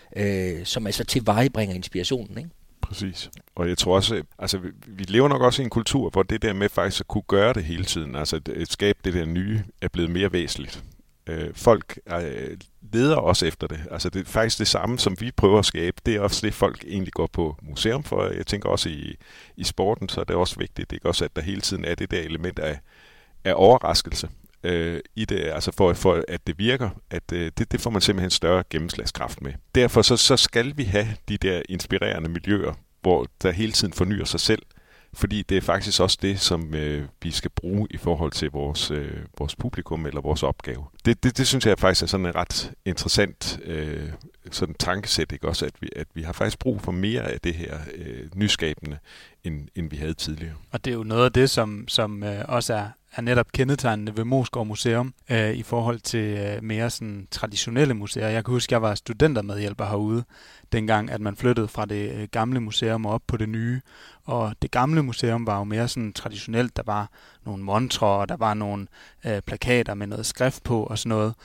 som altså tilvejebringer inspirationen, ikke? Præcis. Og jeg tror også, altså vi lever nok også i en kultur, hvor det der med faktisk at kunne gøre det hele tiden, altså at skabe det der nye, er blevet mere væsentligt. Folk leder også efter det. Altså det er faktisk det samme, som vi prøver at skabe. Det er også det, folk egentlig går på museum for. Jeg tænker også i sporten, så er det også vigtigt, det er også, at der hele tiden er det der element af overraskelse i det, altså for at det virker, at det får man simpelthen større gennemslagskraft med. Derfor så skal vi have de der inspirerende miljøer, hvor der hele tiden fornyer sig selv, fordi det er faktisk også det, som vi skal bruge i forhold til vores publikum eller vores opgave. Det synes jeg faktisk er sådan en ret interessant sådan tankesæt, ikke? Også, at vi har faktisk brug for mere af det her nyskabende, end vi havde tidligere. Og det er jo noget af det, som også er netop kendetegnende ved Moesgaard Museum i forhold til mere sådan traditionelle museer. Jeg kan huske, at jeg var studentermedhjælper herude, dengang at man flyttede fra det gamle museum op på det nye. Og det gamle museum var jo mere sådan traditionelt. Der var nogle montrer, og der var nogle plakater med noget skrift på og sådan noget.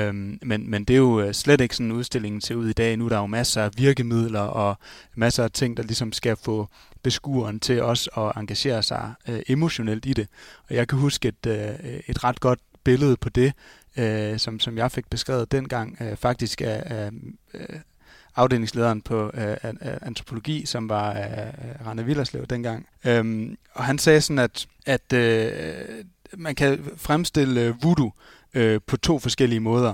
Men det er jo slet ikke sådan udstillingen ser ud i dag. Nu er der jo masser af virkemidler og masser af ting, der ligesom skal få beskueren til også at engagere sig emotionelt i det. Og jeg kan huske et ret godt billede på det, som jeg fik beskrevet dengang, faktisk af afdelingslederen på antropologi, som var Rane Willerslev dengang. Og han sagde sådan, at man kan fremstille voodoo på 2 forskellige måder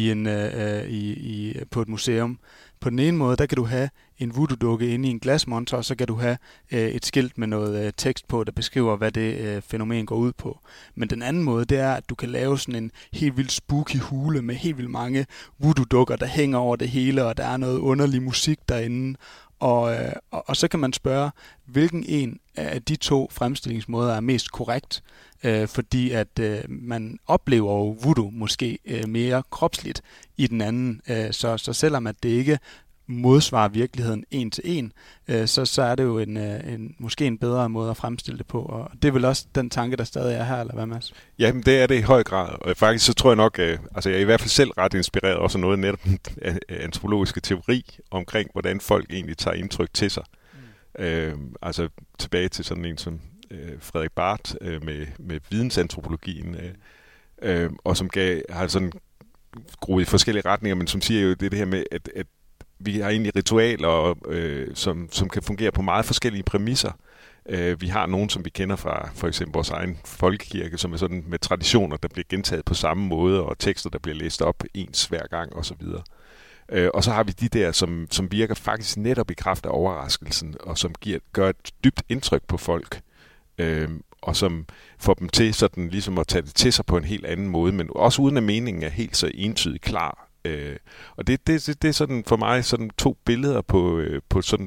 på et museum. På den ene måde, der kan du have en voodoo-dukke inde i en glasmontre, og så kan du have et skilt med noget tekst på, der beskriver, hvad det fænomen går ud på. Men den anden måde, det er, at du kan lave sådan en helt vildt spooky hule med helt vildt mange voodoo-dukker, der hænger over det hele, og der er noget underlig musik derinde. Og så kan man spørge, hvilken en af de 2 fremstillingsmåder er mest korrekt, fordi at man oplever jo voodoo måske mere kropsligt i den anden. Så selvom at det ikke modsvarer virkeligheden 1 til 1, så er det jo måske en bedre måde at fremstille det på. Og det er vel også den tanke, der stadig er her, eller hvad, Mads? Jamen, det er det i høj grad. Og faktisk så tror jeg nok, altså jeg er i hvert fald selv ret inspireret også af noget netop af antropologiske teori omkring, hvordan folk egentlig tager indtryk til sig. Altså tilbage til sådan en som Frederik Barth med vidensantropologien, og som har sådan groet i forskellige retninger, men som siger jo det her med, at vi har egentlig ritualer, som kan fungere på meget forskellige præmisser. Vi har nogen, som vi kender fra for eksempel vores egen folkekirke, som er sådan med traditioner, der bliver gentaget på samme måde, og tekster, der bliver læst op ens hver gang osv. Og så har vi de der, som virker faktisk netop i kraft af overraskelsen, og som gør et dybt indtryk på folk, og som får dem til sådan ligesom at tage det til sig på en helt anden måde, men også uden at meningen er helt så entydigt klar. Og det er sådan for mig sådan 2 billeder på sådan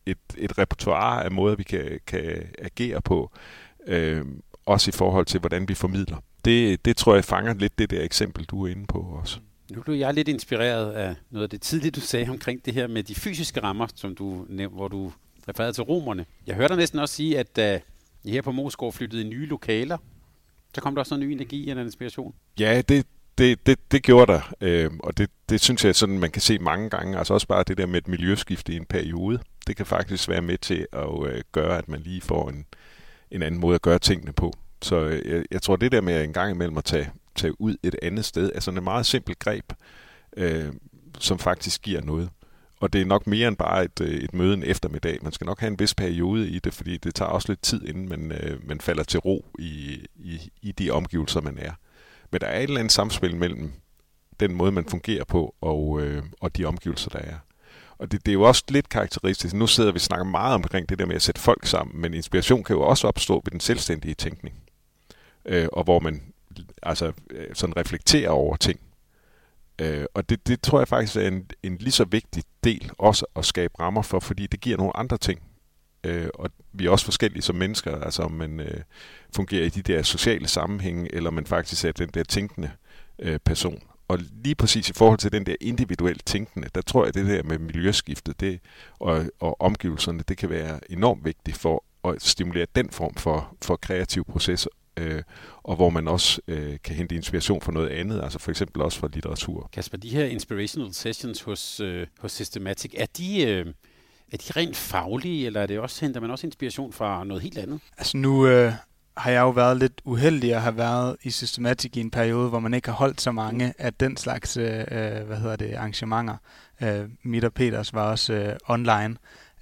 et repertoire af måder, vi kan agere på, også i forhold til, hvordan vi formidler. Det tror jeg fanger lidt det der eksempel, du er inde på også. Nu blev jeg lidt inspireret af noget af det tidlige, du sagde omkring det her med de fysiske rammer, som du nævnte, hvor du refererede til romerne. Jeg hørte dig næsten også sige, at da I her på Moesgaard flyttede i nye lokaler, så kom der også noget ny energi og en inspiration. Ja, det gjorde der, og det synes jeg sådan, man kan se mange gange. Altså også bare det der med et miljøskifte i en periode. Det kan faktisk være med til at gøre, at man lige får en anden måde at gøre tingene på. Så jeg tror, det der med en gang imellem at tage ud et andet sted, er sådan et meget simpelt greb, som faktisk giver noget. Og det er nok mere end bare et møde en eftermiddag. Man skal nok have en vis periode i det, fordi det tager også lidt tid, inden man falder til ro i de omgivelser, man er. Men der er et eller andet samspil mellem den måde, man fungerer på, og de omgivelser, der er. Og det er jo også lidt karakteristisk. Nu sidder vi og snakker meget omkring det der med at sætte folk sammen, men inspiration kan jo også opstå ved den selvstændige tænkning. Og hvor man altså sådan reflekterer over ting. Og det tror jeg faktisk er en lige så vigtig del også at skabe rammer for, fordi det giver nogle andre ting. Og vi er også forskellige som mennesker, altså om man fungerer i de der sociale sammenhænge, eller man faktisk er den der tænkende person. Og lige præcis i forhold til den der individuelt tænkende, der tror jeg, det der med miljøskiftet og omgivelserne, det kan være enormt vigtigt for at stimulere den form for kreative processer, og hvor man også kan hente inspiration fra noget andet, altså for eksempel også fra litteratur. Kasper, de her inspirational sessions hos Systematic, er de rent faglige, eller henter man også inspiration fra noget helt andet? Altså nu har jeg jo været lidt uheldig at have været i Systematic i en periode, hvor man ikke har holdt så mange af den slags arrangementer. Mit og Peters var også online,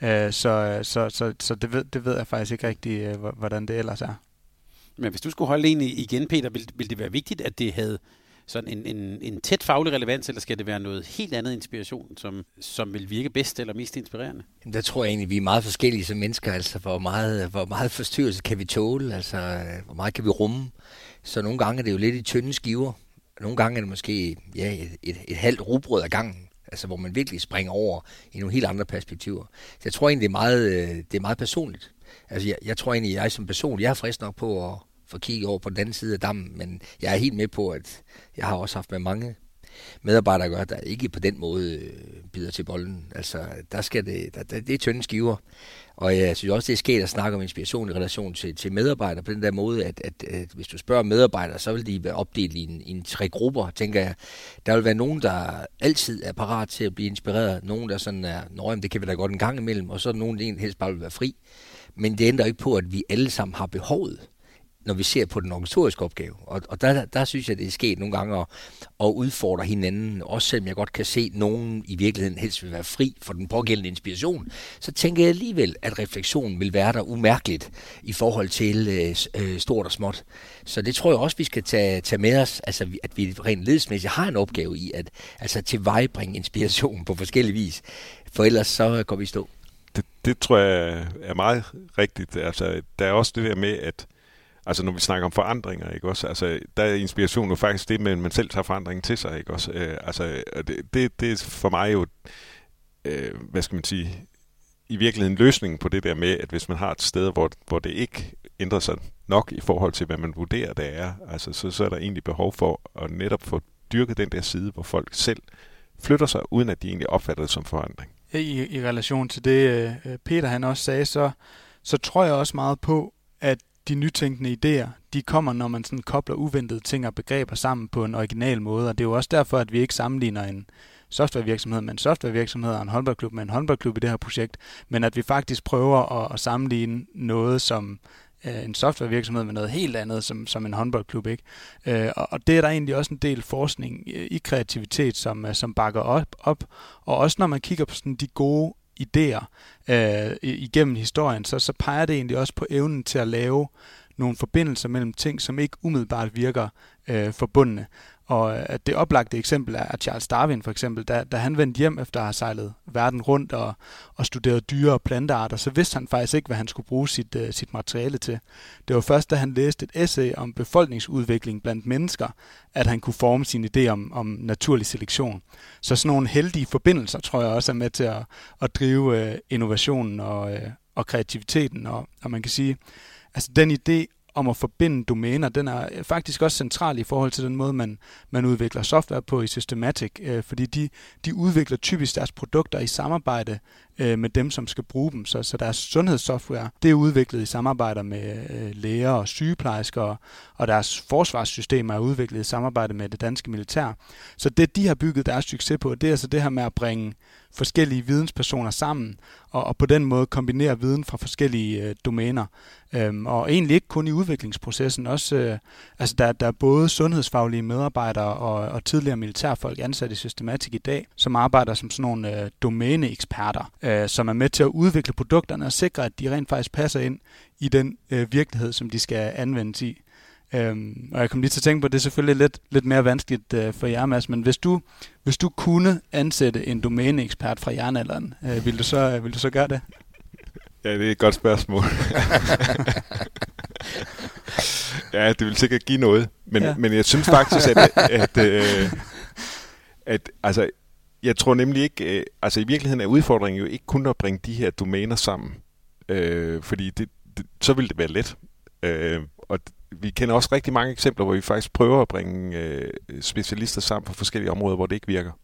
så det ved jeg faktisk ikke rigtig, hvordan det ellers er. Men hvis du skulle holde en igen, Peter, ville det være vigtigt, at det havde sådan en tæt faglig relevans, eller skal det være noget helt andet inspiration, som vil virke bedst eller mest inspirerende? Der tror jeg egentlig, vi er meget forskellige som mennesker, altså hvor meget forstyrrelse kan vi tåle, altså hvor meget kan vi rumme. Så nogle gange er det jo lidt i tynde skiver, nogle gange er det måske et halvt rugbrød ad gangen, altså hvor man virkelig springer over i nogle helt andre perspektiver. Så jeg tror egentlig, det er meget personligt. Altså jeg tror egentlig, jeg som person, jeg er frisk nok på at få kigge over på den anden side af dammen, men jeg er helt med på, at jeg har også haft med mange medarbejdere at gøre, der ikke på den måde bider til bolden. Altså det er tynde skiver. Og jeg synes også, det er sket at snakke om inspiration i relation til medarbejdere på den der måde, at hvis du spørger medarbejdere, så vil de være opdelt i 3 grupper, tænker jeg. Der vil være nogen, der altid er parat til at blive inspireret, nogen, der sådan er, det kan vi da godt en gang imellem, og så er der nogen, der egentlig helst bare vil være fri. Men det ændrer ikke på, at vi alle sammen har behovet, når vi ser på den organisatoriske opgave. Og der synes jeg, det er sket nogle gange at udfordre hinanden. Også selvom jeg godt kan se, at nogen i virkeligheden helst vil være fri for den pågældende inspiration, så tænker jeg alligevel, at refleksionen vil være der umærkeligt i forhold til stort og småt. Så det tror jeg også, vi skal tage med os, altså at vi rent ledelsesmæssigt har en opgave i at tilvejebringe inspiration på forskellige vis. For ellers så går vi i stå. Det tror jeg er meget rigtigt. Altså, der er også det der med, at altså når vi snakker om forandringer, ikke også? Altså der er inspiration jo faktisk det, men man selv tager forandringen til sig, ikke også? Det er for mig jo, hvad skal man sige, i virkeligheden løsningen på det der med, at hvis man har et sted, hvor det ikke ændrer sig nok i forhold til, hvad man vurderer, det er, altså så er der egentlig behov for at netop få dyrket den der side, hvor folk selv flytter sig, uden at de egentlig opfatter det som forandring. I relation til det, Peter han også sagde, så tror jeg også meget på, at de nytænkende idéer, de kommer, når man sådan kobler uventede ting og begreber sammen på en original måde, og det er jo også derfor, at vi ikke sammenligner en softwarevirksomhed med en softwarevirksomhed og en håndboldklub med en håndboldklub i det her projekt, men at vi faktisk prøver at sammenligne noget som en softwarevirksomhed med noget helt andet som en håndboldklub, ikke? Og det er der egentlig også en del forskning i kreativitet, som bakker op, og også når man kigger på sådan de gode idéer igennem historien, så peger det egentlig også på evnen til at lave nogle forbindelser mellem ting, som ikke umiddelbart virker forbundne. Og det oplagte eksempel er Charles Darwin for eksempel, da han vendte hjem efter at have sejlet verden rundt og studeret dyre- og plantearter, så vidste han faktisk ikke, hvad han skulle bruge sit materiale til. Det var først, da han læste et essay om befolkningsudvikling blandt mennesker, at han kunne forme sin idé om naturlig selektion. Så sådan nogle heldige forbindelser, tror jeg også er med til at drive innovationen og kreativiteten. Og man kan sige, altså den idé om at forbinde domæner, den er faktisk også central i forhold til den måde, man udvikler software på i Systematic, fordi de udvikler typisk deres produkter i samarbejde med dem, som skal bruge dem. Så deres sundhedssoftware, det er udviklet i samarbejde med læger og sygeplejersker, og deres forsvarssystemer er udviklet i samarbejde med det danske militær. Så det, de har bygget deres succes på, det er altså det her med at bringe forskellige videnspersoner sammen, og på den måde kombinere viden fra forskellige domæner. Og egentlig ikke kun i udviklingsprocessen, også altså der er både sundhedsfaglige medarbejdere og tidligere militærfolk ansat i Systematic i dag, som arbejder som sådan nogle domæneeksperter, som er med til at udvikle produkterne og sikre, at de rent faktisk passer ind i den virkelighed, som de skal anvendes i. Og jeg kom lige til at tænke på, at det er selvfølgelig lidt mere vanskeligt for jer, Mads, men hvis du kunne ansætte en domæneekspert fra jernalderen, ville du så gøre det? Ja, det er et godt spørgsmål. Ja, det vil sikkert give noget, men jeg synes faktisk, at altså, jeg tror nemlig ikke, altså i virkeligheden er udfordringen jo ikke kun at bringe de her domæner sammen, fordi så ville det være let. Og vi kender også rigtig mange eksempler, hvor vi faktisk prøver at bringe specialister sammen på forskellige områder, hvor det ikke virker.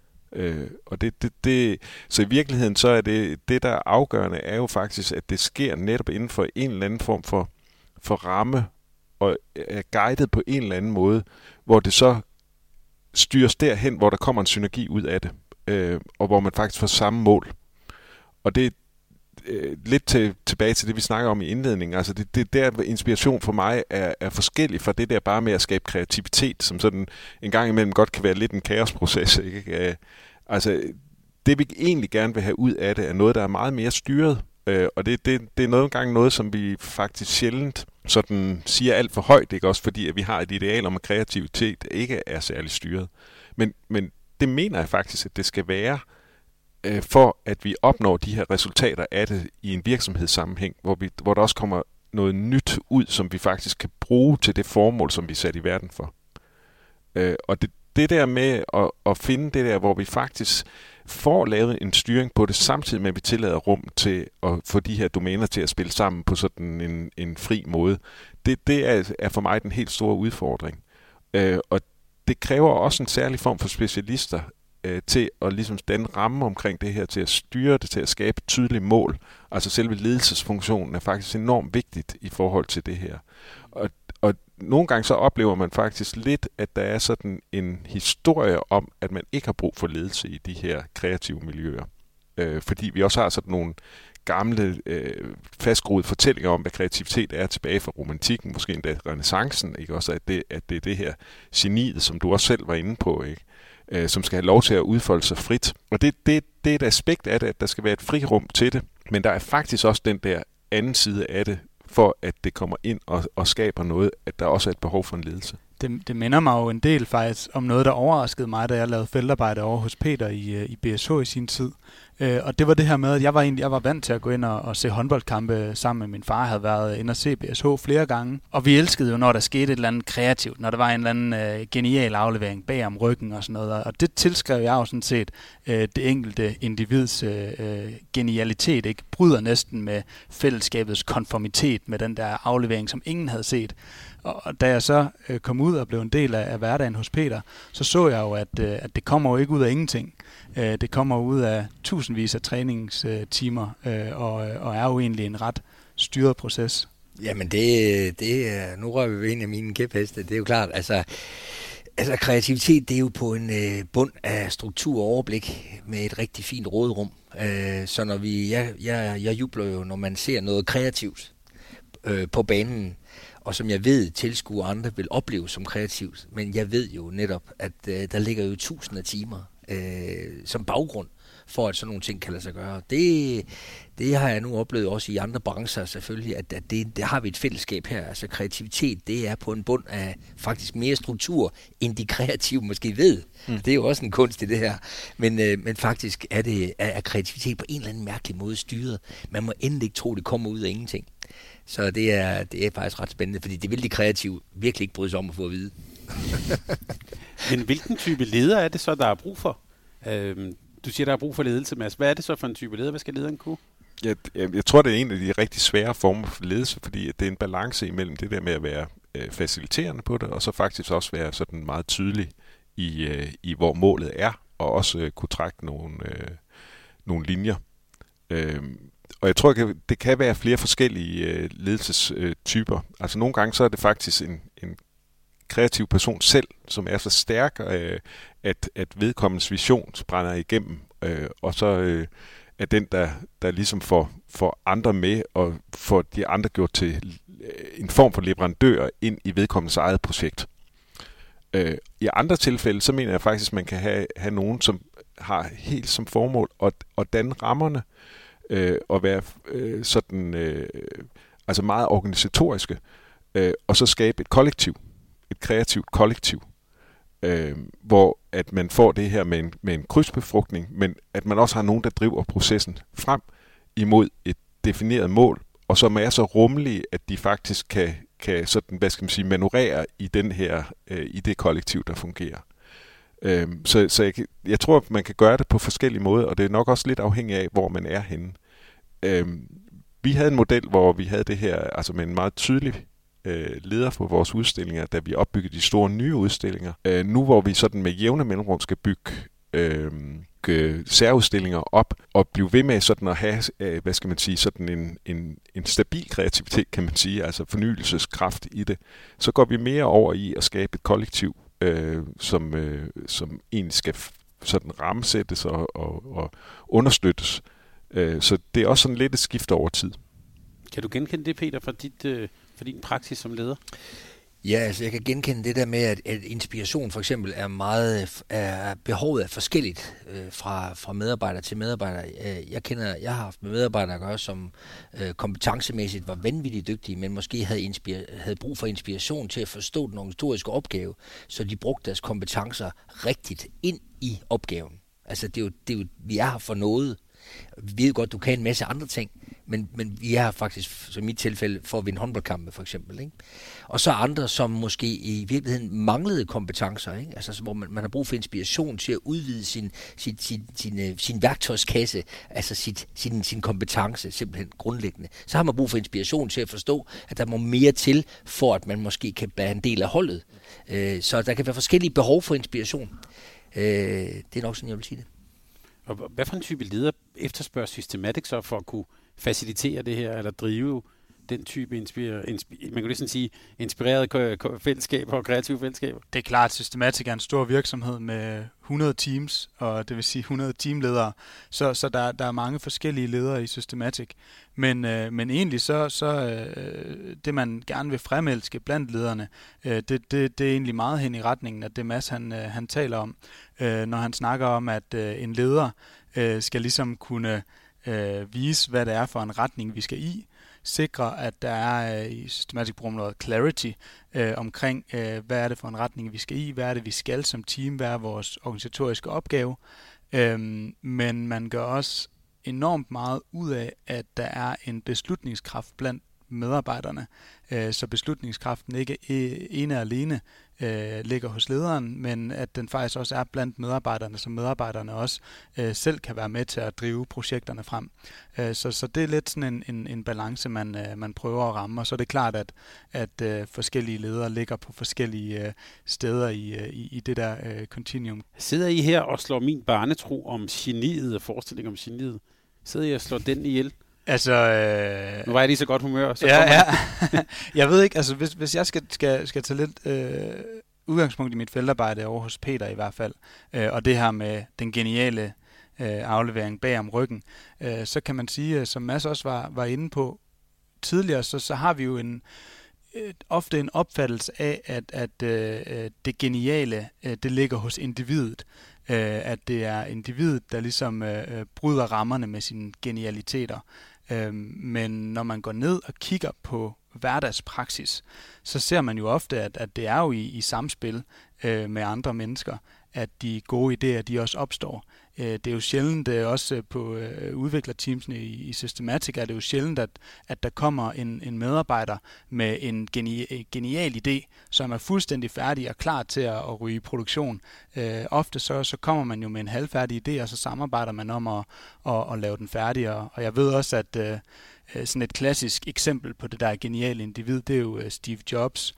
Og så i virkeligheden så er det der er afgørende, er jo faktisk, at det sker netop inden for en eller anden form for ramme, og er guidet på en eller anden måde, hvor det så styres derhen, hvor der kommer en synergi ud af det, og hvor man faktisk får samme mål. Og det lidt tilbage til det, vi snakker om i indledningen. Altså det der inspiration for mig er forskellig fra det der bare med at skabe kreativitet, som sådan en gang imellem godt kan være lidt en kaosproces. Ikke? Altså det vi egentlig gerne vil have ud af det, er noget, der er meget mere styret. Og det er nogle gange noget, som vi faktisk sjældent sådan siger alt for højt, ikke? Også fordi at vi har et ideal om, at kreativitet ikke er særlig styret. Men det mener jeg faktisk, at det skal være, for at vi opnår de her resultater af det i en virksomhedssammenhæng, hvor der også kommer noget nyt ud, som vi faktisk kan bruge til det formål, som vi er sat i verden for. Og det der med at finde det der, hvor vi faktisk får lavet en styring på det, samtidig med at vi tillader rum til at få de her domæner til at spille sammen på sådan en fri måde, det er for mig den helt store udfordring. Og det kræver også en særlig form for specialister, til at ligesom danne ramme omkring det her, til at styre det, til at skabe tydelige mål. Altså selve ledelsesfunktionen er faktisk enormt vigtigt i forhold til det her. Og nogle gange så oplever man faktisk lidt, at der er sådan en historie om, at man ikke har brug for ledelse i de her kreative miljøer. Fordi vi også har sådan nogle gamle, fastgroede fortællinger om, hvad kreativitet er tilbage fra romantikken, måske endda renæssancen, ikke også, at det er det her geniet, som du også selv var inde på, ikke? Som skal have lov til at udfolde sig frit. Og det er et aspekt af det, at der skal være et frirum til det, men der er faktisk også den der anden side af det, for at det kommer ind og skaber noget, at der også er et behov for en ledelse. Det minder mig jo en del faktisk om noget, der overraskede mig, da jeg lavede feltarbejde over hos Peter i BSH i sin tid. Og det var det her med, at jeg var vant til at gå ind og se håndboldkampe sammen med min far. Jeg havde været inde og se BSH flere gange. Og vi elskede jo, når der skete et eller andet kreativt, når der var en eller anden genial aflevering bag om ryggen og sådan noget. Og det tilskrev jeg jo sådan set det enkelte individs genialitet, ikke? Bryder næsten med fællesskabets konformitet med den der aflevering, som ingen havde set. Og da jeg så kom ud og blev en del af hverdagen hos Peter, så jeg jo, at det kommer jo ikke ud af ingenting. Det kommer ud af tusindvis af træningstimer, og er jo egentlig en ret styret proces. Jamen det er, nu rører vi ved en af mine kæpheste, det er jo klart, altså kreativitet, det er jo på en bund af struktur og overblik med et rigtig fint råderum. Så når jeg jubler jo, når man ser noget kreativt på banen, og som jeg ved, tilskuere andre vil opleve som kreativt. Men jeg ved jo netop, at der ligger jo tusinder af timer som baggrund for at sådan nogle ting kan lade sig gøre. Det har jeg nu oplevet også i andre brancher selvfølgelig, at det har vi et fællesskab her. Altså kreativitet, det er på en bund af faktisk mere struktur, end de kreative måske ved. Det er jo også en kunst i det her. Men faktisk er kreativitet på en eller anden mærkelig måde styret. Man må endelig ikke tro, det kommer ud af ingenting. Så det er faktisk ret spændende, fordi det vil de kreative virkelig ikke bryde sig om at få at vide. Men hvilken type leder er det så, der er brug for? Du siger, der er brug for ledelse, Mads. Hvad er det så for en type leder? Hvad skal lederen kunne? Jeg tror, det er en af de rigtig svære former for ledelse, fordi det er en balance imellem det der med at være faciliterende på det, og så faktisk også være sådan meget tydelig i hvor målet er, og også kunne trække nogle linjer. Og jeg tror, det kan være flere forskellige ledelsestyper. Altså nogle gange så er det faktisk en kreativ person selv, som er så stærk, at vedkommendes vision brænder igennem, og så er den, der ligesom får andre med, og får de andre gjort til en form for leverandør ind i vedkommendes eget projekt. I andre tilfælde, så mener jeg faktisk, at man kan have nogen, som har helt som formål at danne rammerne, og være sådan, altså meget organisatoriske, og så skabe et kollektiv, et kreativt kollektiv, hvor at man får det her med en krydsbefrugtning, men at man også har nogen, der driver processen frem imod et defineret mål, og som er så rummelige, at de faktisk kan sådan, hvad skal man sige, manøvrere i den her, i det kollektiv, der fungerer. Så jeg tror, at man kan gøre det på forskellige måder, og det er nok også lidt afhængigt af, hvor man er henne. Vi havde en model, hvor vi havde det her, altså med en meget tydelig leder for vores udstillinger, da vi opbyggede de store nye udstillinger. Nu hvor vi sådan med jævne mellemrum skal bygge særudstillinger op og blive ved med sådan at have, hvad skal man sige, sådan en stabil kreativitet, kan man sige, altså fornyelseskraft i det, så går vi mere over i at skabe et kollektiv, som egentlig skal sådan rammesættes og understøttes. Så det er også sådan lidt et skift over tid. Kan du genkende det, Peter, for din praksis som leder? Ja, altså jeg kan genkende det der med, at inspiration for eksempel er behovet er forskelligt fra medarbejder til medarbejder. Jeg har haft med medarbejdere at gøre, som kompetencemæssigt var vanvittigt dygtige, men måske havde brug for inspiration til at forstå den organisatoriske opgave, så de brugte deres kompetencer rigtigt ind i opgaven. Altså det er jo vi er her for noget. Vi ved godt, du kan en masse andre ting, men vi er her faktisk, som i mit tilfælde, for at vinde håndboldkampe for eksempel. Ikke? Og så andre, som måske i virkeligheden manglede kompetencer, ikke? Altså, hvor man har brug for inspiration til at udvide sin værktøjskasse, altså sin kompetence, simpelthen grundlæggende. Så har man brug for inspiration til at forstå, at der må mere til, for at man måske kan være en del af holdet. Så der kan være forskellige behov for inspiration. Det er nok sådan, jeg vil sige det. Og hvad for en type leder efterspørger Systematic så for at kunne facilitere det her, eller drive den type man kan sådan sige, inspirerede fællesskaber og kreative fællesskaber? Det er klart, at Systematic er en stor virksomhed med 100 teams, og det vil sige 100 teamledere, så der er mange forskellige ledere i Systematic. Men egentlig så det, man gerne vil fremelske blandt lederne, det er egentlig meget hen i retningen af det Mads han taler om, når han snakker om, at en leder skal ligesom kunne vise, hvad det er for en retning, vi skal i, sikre, at der er i Systematic bruger noget clarity omkring, hvad er det for en retning, vi skal i, hvad er det, vi skal som team, hvad er vores organisatoriske opgave. Men man gør også enormt meget ud af, at der er en beslutningskraft blandt medarbejderne, så beslutningskraften ikke ene og alene ligger hos lederen, men at den faktisk også er blandt medarbejderne, så medarbejderne også selv kan være med til at drive projekterne frem. Så det er lidt sådan en balance, man prøver at ramme, og så er det klart, at forskellige ledere ligger på forskellige steder i det der continuum. Sidder I her og slår min barnetro om geniet og forestilling om geniet? Sidder I og slår den ihjel? Altså, nu var jeg lige så godt humør. Så ja. Jeg ved ikke, altså hvis jeg skal tage lidt udgangspunkt i mit feltarbejde over hos Peter i hvert fald, og det her med den geniale aflevering bag om ryggen, så kan man sige, som Mads også var inde på tidligere, så har vi jo ofte en opfattelse af, at det geniale, det ligger hos individet. at det er individet, der ligesom bryder rammerne med sine genialiteter. Men når man går ned og kigger på hverdagspraksis, så ser man jo ofte, at det er jo i samspil med andre mennesker, at de gode idéer, de også opstår. Det er jo sjældent, også på udviklerteamsene i Systematica, er det jo sjældent, at der kommer en medarbejder med en genial idé, som er fuldstændig færdig og klar til at ryge i produktion. Ofte så kommer man jo med en halvfærdig idé, og så samarbejder man om at lave den færdig. Og jeg ved også, at sådan et klassisk eksempel på det der geniale individ, det er jo Steve Jobs,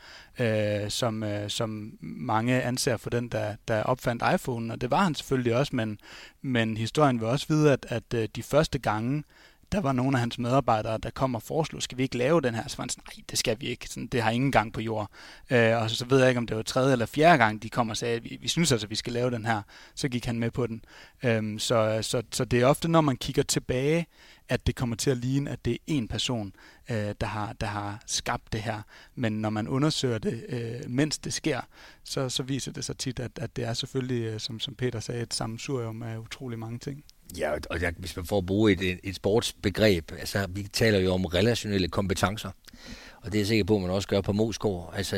som mange anser for den, der opfandt iPhone, og det var han selvfølgelig også, men historien vil også vide, at de første gange, der var nogle af hans medarbejdere, der kom og foreslog, skal vi ikke lave den her? Så var han sådan, nej, det skal vi ikke. Sådan, det har ingen gang på jord. Og så ved jeg ikke, om det var tredje eller fjerde gang, de kom og sagde, vi synes altså, vi skal lave den her. Så gik han med på den. Så det er ofte, når man kigger tilbage, at det kommer til at ligne, at det er én person, der har skabt det her. Men når man undersøger det, mens det sker, så viser det sig tit, at det er selvfølgelig, som Peter sagde, et sammensurium af utrolig mange ting. Ja, og hvis man får at bruge et sportsbegreb, altså vi taler jo om relationelle kompetencer, og det er jeg sikker på, at man også gør på Moesgaard. Altså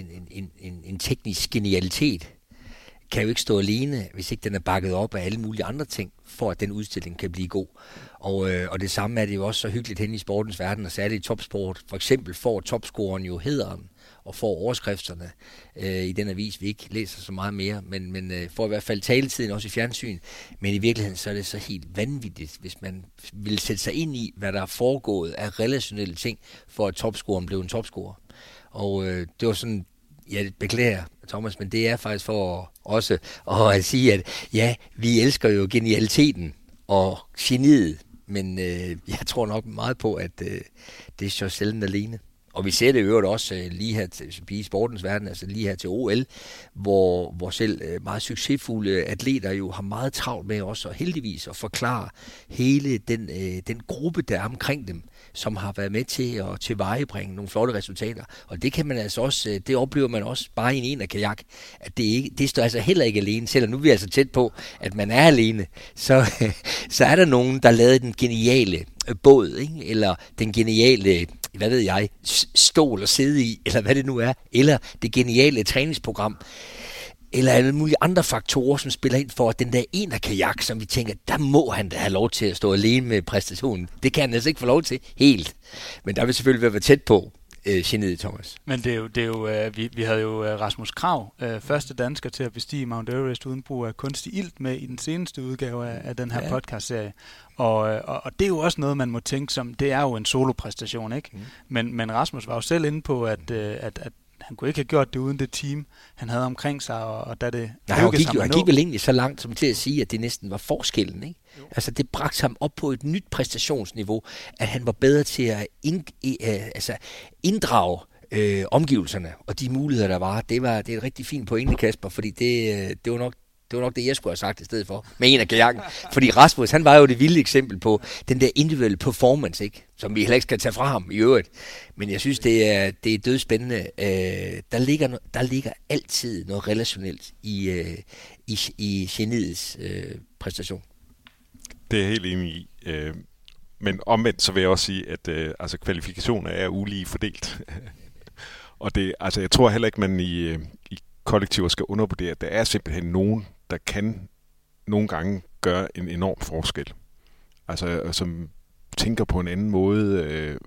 en teknisk genialitet kan jo ikke stå alene, hvis ikke den er bakket op af alle mulige andre ting, for at den udstilling kan blive god. Og det samme er det jo også så hyggeligt hen i sportens verden, og særligt i topsport. For eksempel får topscoreren jo hæderen og får overskrifterne i den avis, vi ikke læser så meget mere, men får i hvert fald taletiden også i fjernsyn. Men i virkeligheden så er det så helt vanvittigt, hvis man vil sætte sig ind i, hvad der er foregået af relationelle ting, for at topscoreren blev en topscorer. Og det var sådan, jeg beklager, Thomas, men det er faktisk for også at sige, at ja, vi elsker jo genialiteten og geniet, men jeg tror nok meget på, at det er så sjældent alene. Og vi ser det i øvrigt også lige her i sportens verden, altså lige her til OL, hvor selv meget succesfulde atleter jo har meget travlt med også, og heldigvis at forklare hele den gruppe, der er omkring dem, som har været med til at tilvejebringe nogle flotte resultater. Og det kan man altså også, det oplever man også bare i en kajak, at det står altså heller ikke alene, selvom nu er vi altså tæt på, at man er alene, så er der nogen, der lavede den geniale båd, ikke? Eller den geniale, hvad ved jeg, stol at sidde i, eller hvad det nu er, eller det geniale træningsprogram, eller alle mulige andre faktorer, som spiller ind for, at den der kajak, som vi tænker, der må han da have lov til at stå alene med præstationen. Det kan han altså ikke få lov til helt. Men der vil selvfølgelig være tæt på geniet, Thomas. Men det er jo vi havde jo Rasmus Krag, første dansker til at bestige Mount Everest uden brug af kunstig ilt, med i den seneste udgave af den her podcastserie. Og det er jo også noget, man må tænke som, det er jo en solopræstation, ikke? Men Rasmus var jo selv inde på, at han kunne ikke have gjort det uden det team, han havde omkring sig, og da det lykkedes ham. Han gik vel egentlig så langt som til at sige, at det næsten var forskellen, ikke? Jo. Altså det bragte ham op på et nyt præstationsniveau, at han var bedre til at inddrage omgivelserne og de muligheder, der var. Det er et rigtig fint pointe, Kasper, fordi det var nok det, jeg skulle have sagt i stedet for, med kajakken. Fordi Rasmus, han var jo det vilde eksempel på den der individuelle performance, ikke? Som vi heller ikke skal tage fra ham i øvrigt. Men jeg synes, det er dødspændende. Der ligger altid noget relationelt i geniets præstation. Det er jeg helt enig i. Men omvendt så vil jeg også sige, at kvalifikationer er ulige fordelt. Og jeg tror heller ikke, man i kollektiver skal undervurdere, at der er simpelthen nogen, der kan nogle gange gøre en enorm forskel. Altså, som tænker på en anden måde,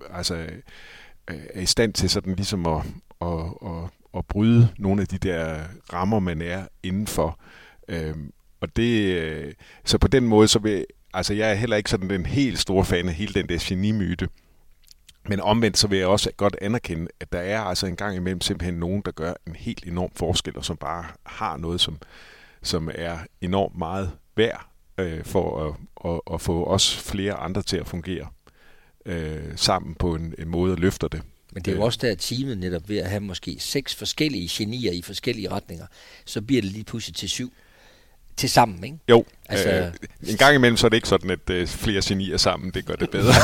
er i stand til sådan ligesom at bryde nogle af de der rammer, man er indenfor. Og det, så på den måde, så vil jeg er heller ikke sådan den helt store fan af hele den der genimyte. Men omvendt så vil jeg også godt anerkende, at der er altså en gang imellem simpelthen nogen, der gør en helt enorm forskel, og som bare har noget, som er enormt meget værd for at få os flere andre til at fungere sammen på en måde, der løfter det. Men det er jo også der, teamet netop ved at have måske 6 forskellige genier i forskellige retninger, så bliver det lige pludselig til 7. Til sammen, ikke? Jo, en gang imellem så er det ikke sådan, at flere genier sammen, det gør det bedre.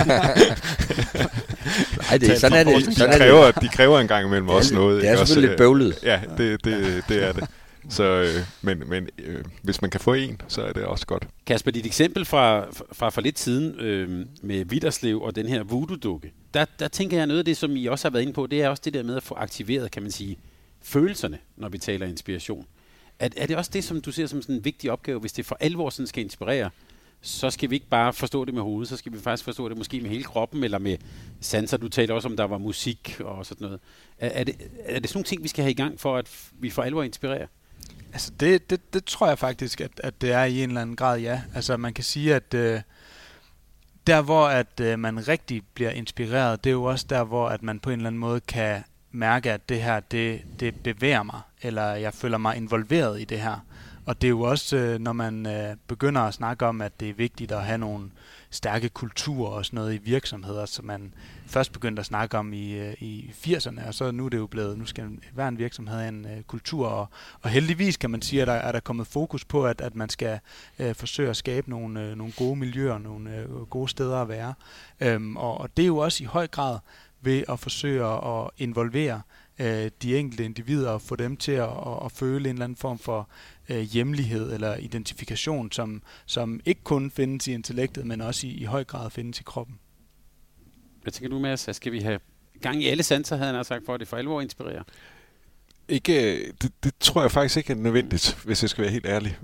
Nej, sådan er det. De kræver en gang imellem også noget. Det er selvfølgelig lidt bøvlet. Ja, det er det. Men hvis man kan få en, så er det også godt. Kasper, dit eksempel fra for lidt siden med Vitterslev og den her voodoo-dukke, der tænker jeg noget af det, som I også har været inde på, det er også det der med at få aktiveret, kan man sige, følelserne, når vi taler inspiration. Er det også det, som du ser som sådan en vigtig opgave, hvis det for alvor sådan skal inspirere, så skal vi ikke bare forstå det med hovedet, så skal vi faktisk forstå det måske med hele kroppen, eller med sanser. Du talte også om, der var musik og sådan noget. Er det sådan nogle ting, vi skal have i gang, for at vi for alvor inspirerer? Altså det tror jeg faktisk, at det er i en eller anden grad, ja. Altså man kan sige, at der hvor at man rigtig bliver inspireret, det er jo også der, hvor at man på en eller anden måde kan mærke, at det her, det bevæger mig, eller jeg føler mig involveret i det her. Og det er jo også, når man begynder at snakke om, at det er vigtigt at have nogle stærke kulturer og sådan noget i virksomheder, som man først begyndte at snakke om i 80'erne, og så nu er det jo blevet, nu skal hver en virksomhed have en kultur, og heldigvis kan man sige, at der er kommet fokus på, at man skal forsøge at skabe nogle gode miljøer, nogle gode steder at være. Og det er jo også i høj grad ved at forsøge at involvere de enkelte individer og få dem til at føle en eller anden form for hjemlighed eller identifikation, som ikke kun findes i intellektet, men også i høj grad findes i kroppen. Hvad tænker du, Mads? Skal vi have gang i alle sanser, havde han sagt, for at det for alvor inspirerer? Ikke, det tror jeg faktisk ikke er nødvendigt, hvis jeg skal være helt ærlig.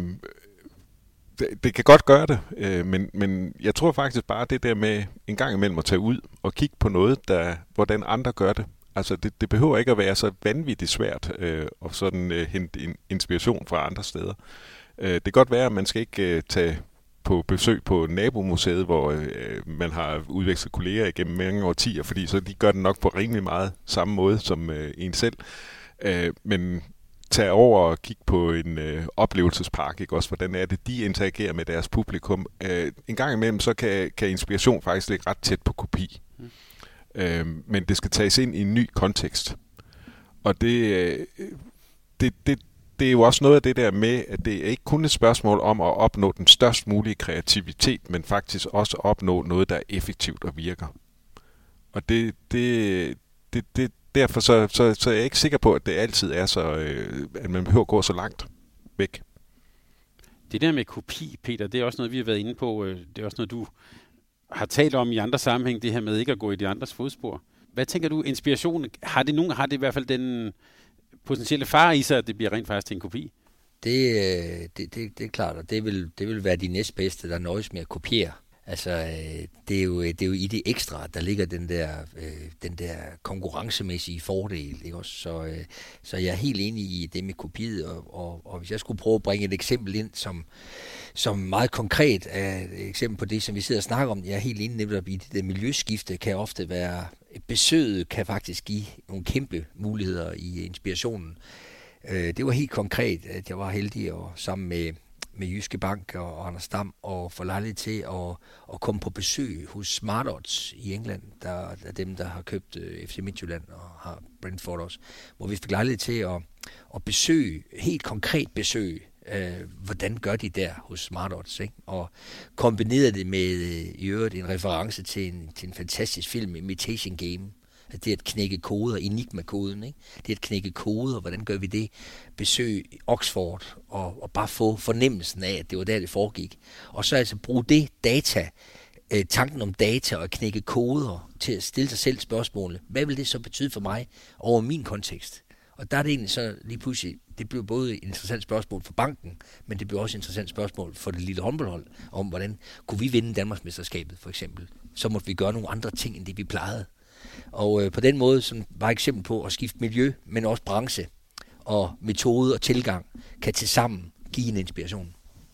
Det kan godt gøre det, men jeg tror faktisk bare det der med en gang imellem at tage ud og kigge på noget, hvordan andre gør det. Altså det behøver ikke at være så vanvittigt svært og sådan hente inspiration fra andre steder. Det kan godt være, at man skal ikke tage på besøg på nabomuseet, hvor man har udvekslet kolleger igennem mange årtier, fordi så de gør det nok på rimelig meget samme måde som en selv. Men tage over og kigge på en oplevelsespark, ikke også? Hvordan er det, de interagerer med deres publikum? En gang imellem, så kan inspiration faktisk ligge ret tæt på kopi. Men det skal tages ind i en ny kontekst. Og det er jo også noget af det der med, at det er ikke kun et spørgsmål om at opnå den størst mulige kreativitet, men faktisk også opnå noget, der er effektivt og virker. Og derfor så er jeg ikke sikker på, at det altid er så, at man behøver at gå så langt væk. Det der med kopi, Peter, det er også noget, vi har været inde på. Det er også noget, du har talt om i andre sammenhæng, det her med ikke at gå i de andres fodspor. Hvad tænker du, inspiration, har det i hvert fald den potentielle fare i sig, at det bliver rent faktisk til en kopi? Det er klart, og det vil være de næstbedste, der nøjes med at kopiere. Altså, det er jo i det ekstra, der ligger den der konkurrencemæssige fordel, ikke også? Så jeg er helt enig i det med kopiet, og hvis jeg skulle prøve at bringe et eksempel ind, som meget konkret er et eksempel på det, som vi sidder og snakker om, jeg er helt enig netop i det miljøskifte, kan ofte være, besøget kan faktisk give nogle kæmpe muligheder i inspirationen. Det var helt konkret, at jeg var heldig og sammen med Jyske Bank og Anders Dam og få lejlighed til at komme på besøg hos Smart Odds i England, der er dem, der har købt FC Midtjylland og har Brentford også, hvor vi fik lejlighed til at besøge, helt konkret besøge, hvordan gør de der hos Smart Odds, ikke? Og kombineret det med i øvrigt en reference til en fantastisk film, Imitation Game. Det er at knække koder, Enigma-koden, ikke? Det er at knække koder, hvordan gør vi det? Besøg Oxford og bare få fornemmelsen af, at det var der, det foregik. Og så altså bruge det data, tanken om data og at knække koder til at stille sig selv spørgsmålet. Hvad vil det så betyde for mig over min kontekst? Og der er det egentlig så lige pludselig, det blev både et interessant spørgsmål for banken, men det blev også et interessant spørgsmål for det lille håndboldhold, om hvordan kunne vi vinde Danmarksmesterskabet for eksempel. Så måtte vi gøre nogle andre ting, end det vi plejede. Og på den måde, som var et eksempel på at skifte miljø, men også branche og metode og tilgang, kan tilsammen give en inspiration.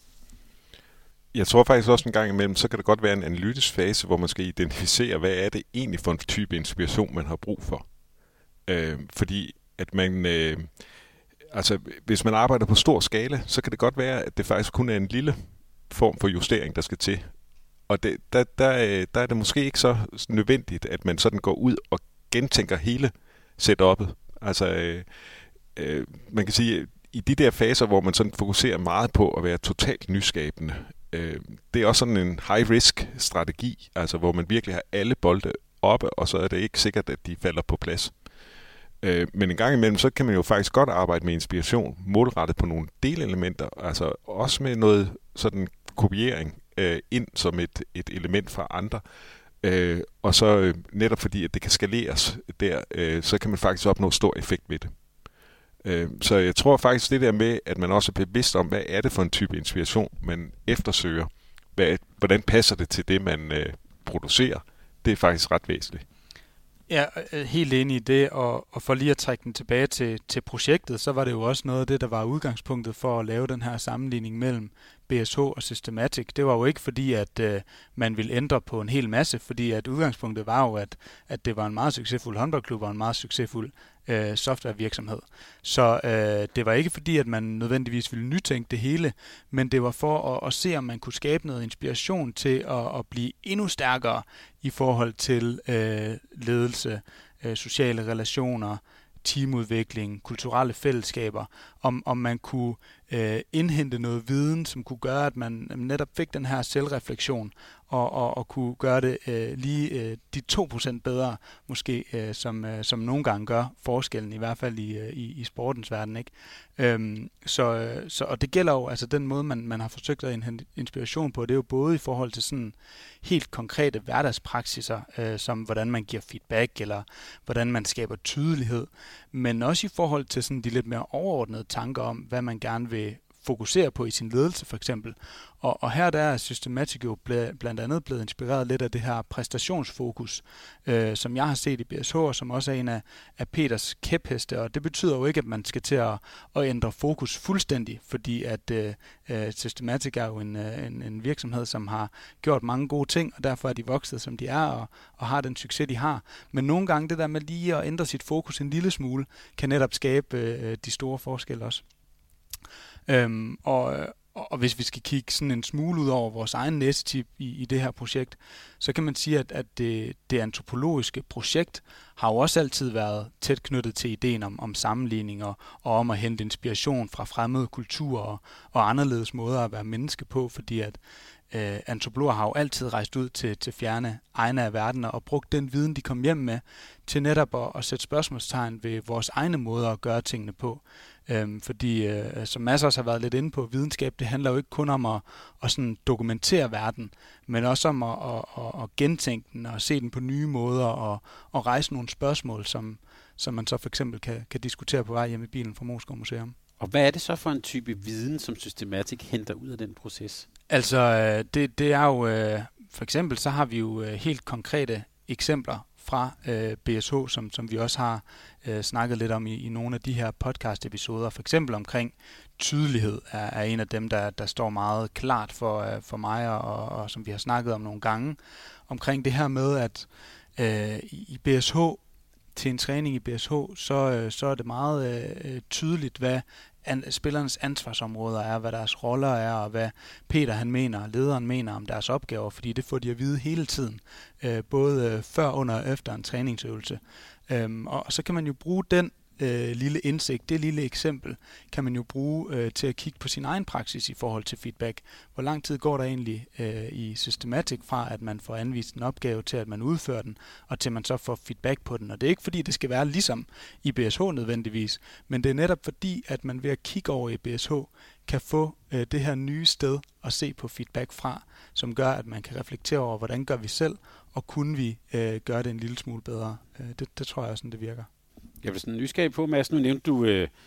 Jeg tror faktisk også en gang imellem, så kan det godt være en analytisk fase, hvor man skal identificere, hvad er det egentlig for en type inspiration, man har brug for. Fordi at man, altså hvis man arbejder på stor skala, så kan det godt være, at det faktisk kun er en lille form for justering, der skal til. Og der er det måske ikke så nødvendigt, at man sådan går ud og gentænker hele setup'et. Altså, man kan sige, i de der faser, hvor man sådan fokuserer meget på at være totalt nyskabende, det er også sådan en high-risk-strategi, altså hvor man virkelig har alle bolde oppe, og så er det ikke sikkert, at de falder på plads. Men en gang imellem, så kan man jo faktisk godt arbejde med inspiration målrettet på nogle delelementer, altså også med noget sådan kopiering ind som et element fra andre. Og så netop fordi, at det kan skaleres der, så kan man faktisk opnå stor effekt med det. Så jeg tror faktisk det der med, at man også er bevidst om, hvad er det for en type inspiration, man eftersøger. Hvordan passer det til det, man producerer? Det er faktisk ret væsentligt. Ja, helt enig i det, og for lige at trække den tilbage til projektet, så var det jo også noget af det, der var udgangspunktet for at lave den her sammenligning mellem BSH og Systematic. Det var jo ikke fordi, at man ville ændre på en hel masse, fordi at udgangspunktet var jo, at det var en meget succesfuld håndboldklub og en meget succesfuld softwarevirksomhed. Så det var ikke fordi, at man nødvendigvis ville nytænke det hele, men det var for at se, om man kunne skabe noget inspiration til at blive endnu stærkere i forhold til ledelse, sociale relationer, teamudvikling, kulturelle fællesskaber, om man kunne indhente noget viden, som kunne gøre, at man netop fik den her selvreflektion, og kunne gøre det lige de 2% bedre, måske, som nogle gange gør forskellen, i hvert fald i sportens verden, ikke? Og det gælder jo, altså den måde, man har forsøgt at indhente inspiration på, det er jo både i forhold til sådan helt konkrete hverdagspraksiser, som hvordan man giver feedback, eller hvordan man skaber tydelighed, men også i forhold til sådan de lidt mere overordnede tanker om, hvad man gerne vil fokusere på i sin ledelse for eksempel. Og her der er Systematic jo blandt andet blevet inspireret lidt af det her præstationsfokus, som jeg har set i BSH, og som også er en af Peters kæpheste, og det betyder jo ikke, at man skal til at ændre fokus fuldstændig, fordi at Systematic er jo en virksomhed, som har gjort mange gode ting, og derfor er de vokset, som de er, og har den succes, de har. Men nogle gange det der med lige at ændre sit fokus en lille smule, kan netop skabe de store forskelle også. Og hvis vi skal kigge sådan en smule ud over vores egen næsetip i det her projekt, så kan man sige, at det antropologiske projekt har jo også altid været tæt knyttet til ideen om sammenligninger og om at hente inspiration fra fremmede kulturer og anderledes måder at være menneske på, fordi at antropologer har jo altid rejst ud til fjerne egne af verden og brugt den viden, de kom hjem med, til netop at sætte spørgsmålstegn ved vores egne måder at gøre tingene på. Fordi som Mads også har været lidt inde på, videnskab, det handler jo ikke kun om at sådan dokumentere verden, men også om at gentænke den og se den på nye måder og rejse nogle spørgsmål, som man så for eksempel kan diskutere på vej hjem i bilen fra Moskva Museum. Og hvad er det så for en type viden, som Systematic henter ud af den proces? Altså, det er jo, for eksempel så har vi jo helt konkrete eksempler fra BSH, som vi også har snakket lidt om i nogle af de her podcast-episoder. For eksempel omkring tydelighed er en af dem, der står meget klart for mig, og som vi har snakket om nogle gange. Omkring det her med, at i BSH, til en træning i BSH, så er det meget tydeligt, hvad spillernes ansvarsområder er, hvad deres roller er, og hvad Peter han mener, lederen mener om deres opgaver, fordi det får de at vide hele tiden, både før, under og efter en træningsøvelse. Og så kan man jo bruge den lille indsigt, det lille eksempel, kan man jo bruge til at kigge på sin egen praksis i forhold til feedback. Hvor lang tid går der egentlig i Systematic fra, at man får anvist en opgave til, at man udfører den, og til man så får feedback på den. Og det er ikke fordi, det skal være ligesom i BSH nødvendigvis, men det er netop fordi, at man ved at kigge over i BSH, kan få det her nye sted at se på feedback fra, som gør, at man kan reflektere over, hvordan gør vi selv, og kunne vi gøre det en lille smule bedre. Det tror jeg sådan, det virker. Jeg vil sådan nysgerrig på, Mads, nu nævnte du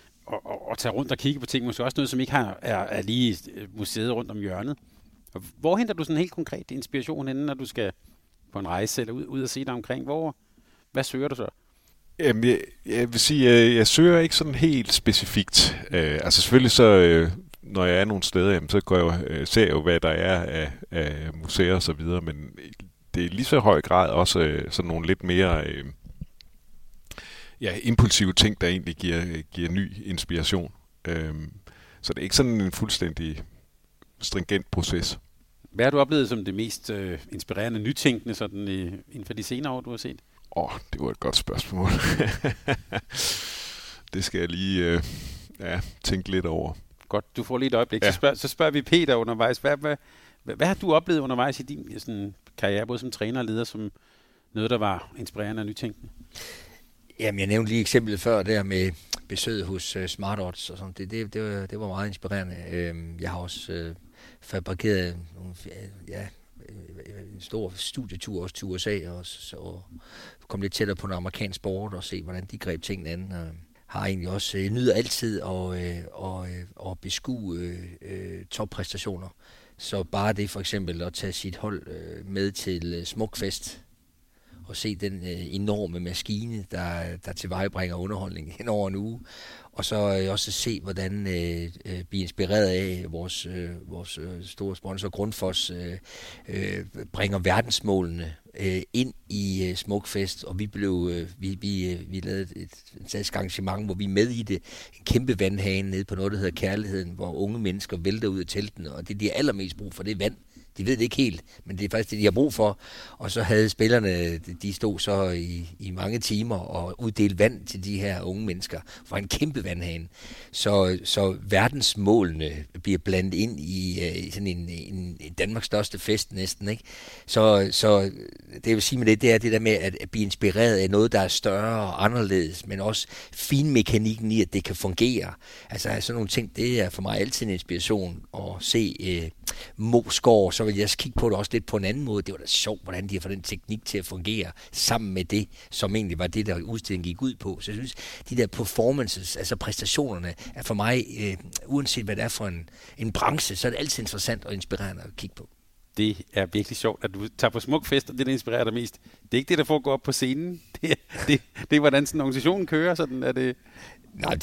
at tage rundt og kigge på ting, måske også noget, som ikke er lige museet rundt om hjørnet. Og hvor henter du sådan helt konkret inspiration henne, når du skal på en rejse eller ud og se dig omkring? Hvad søger du så? Jamen, jeg vil sige, jeg søger ikke sådan helt specifikt. Altså selvfølgelig så, når jeg er nogle steder, jamen, så ser jeg jo, hvad der er af museer og så videre, men det er lige så høj grad også sådan nogle lidt mere impulsive ting, der egentlig giver ny inspiration. Så det er ikke sådan en fuldstændig stringent proces. Hvad har du oplevet som det mest inspirerende nytænkende sådan inden for de senere år, du har set? Det var et godt spørgsmål. Det skal jeg lige tænke lidt over. Godt, du får lige et øjeblik. Ja. Så spørger vi Peter undervejs. Hvad har du oplevet undervejs i din sådan, karriere, både som træner og leder, som noget, der var inspirerende og nytænkende? Jamen, jeg nævnte lige eksemplet før der med besøget hos Smart Odds og sådan. Det var meget inspirerende. Jeg har også fabrikeret en stor studietur også til USA og kom lidt tættere på en amerikansk sport og se, hvordan de greb tingene an. Har egentlig også nyder altid at beskue toppræstationer. Så bare det for eksempel at tage sit hold med til Smukfest og se den enorme maskine, der tilvejebringer underholdning hen over en uge. Og så også se, hvordan blive inspireret af vores store sponsor Grundfos bringer verdensmålene ind i Smukfest, og vi lavede et fantastisk arrangement, hvor vi er med i det. En kæmpe vandhane nede på noget, der hedder Kærligheden, hvor unge mennesker vælter ud af teltene, og det de har allermest brug for, det er vand. De ved det ikke helt, men det er faktisk det, de har brug for. Og så havde spillerne, de stod så i mange timer og uddelte vand til de her unge mennesker fra en kæmpe vandhane. Så verdensmålene bliver blandet ind i sådan en Danmarks største fest næsten, ikke? Så det jeg vil sige med det er det der med at blive inspireret af noget, der er større og anderledes, men også finmekanikken i, at det kan fungere. Altså sådan nogle ting, det er for mig altid en inspiration at se Moesgaard, så vil jeg kigge på det også lidt på en anden måde. Det var da sjovt, hvordan de har fået den teknik til at fungere sammen med det, som egentlig var det, der udstillingen gik ud på. Så jeg synes, de der performances, altså præstationerne, er for mig, uanset hvad det er for en branche, så er det altid interessant og inspirerende at kigge på. Det er virkelig sjovt, at du tager på Smukfest, og det, der inspirerer dig mest. Det er ikke det, der foregår op på scenen. Det er hvordan sådan en organisation kører, sådan er det... Nej,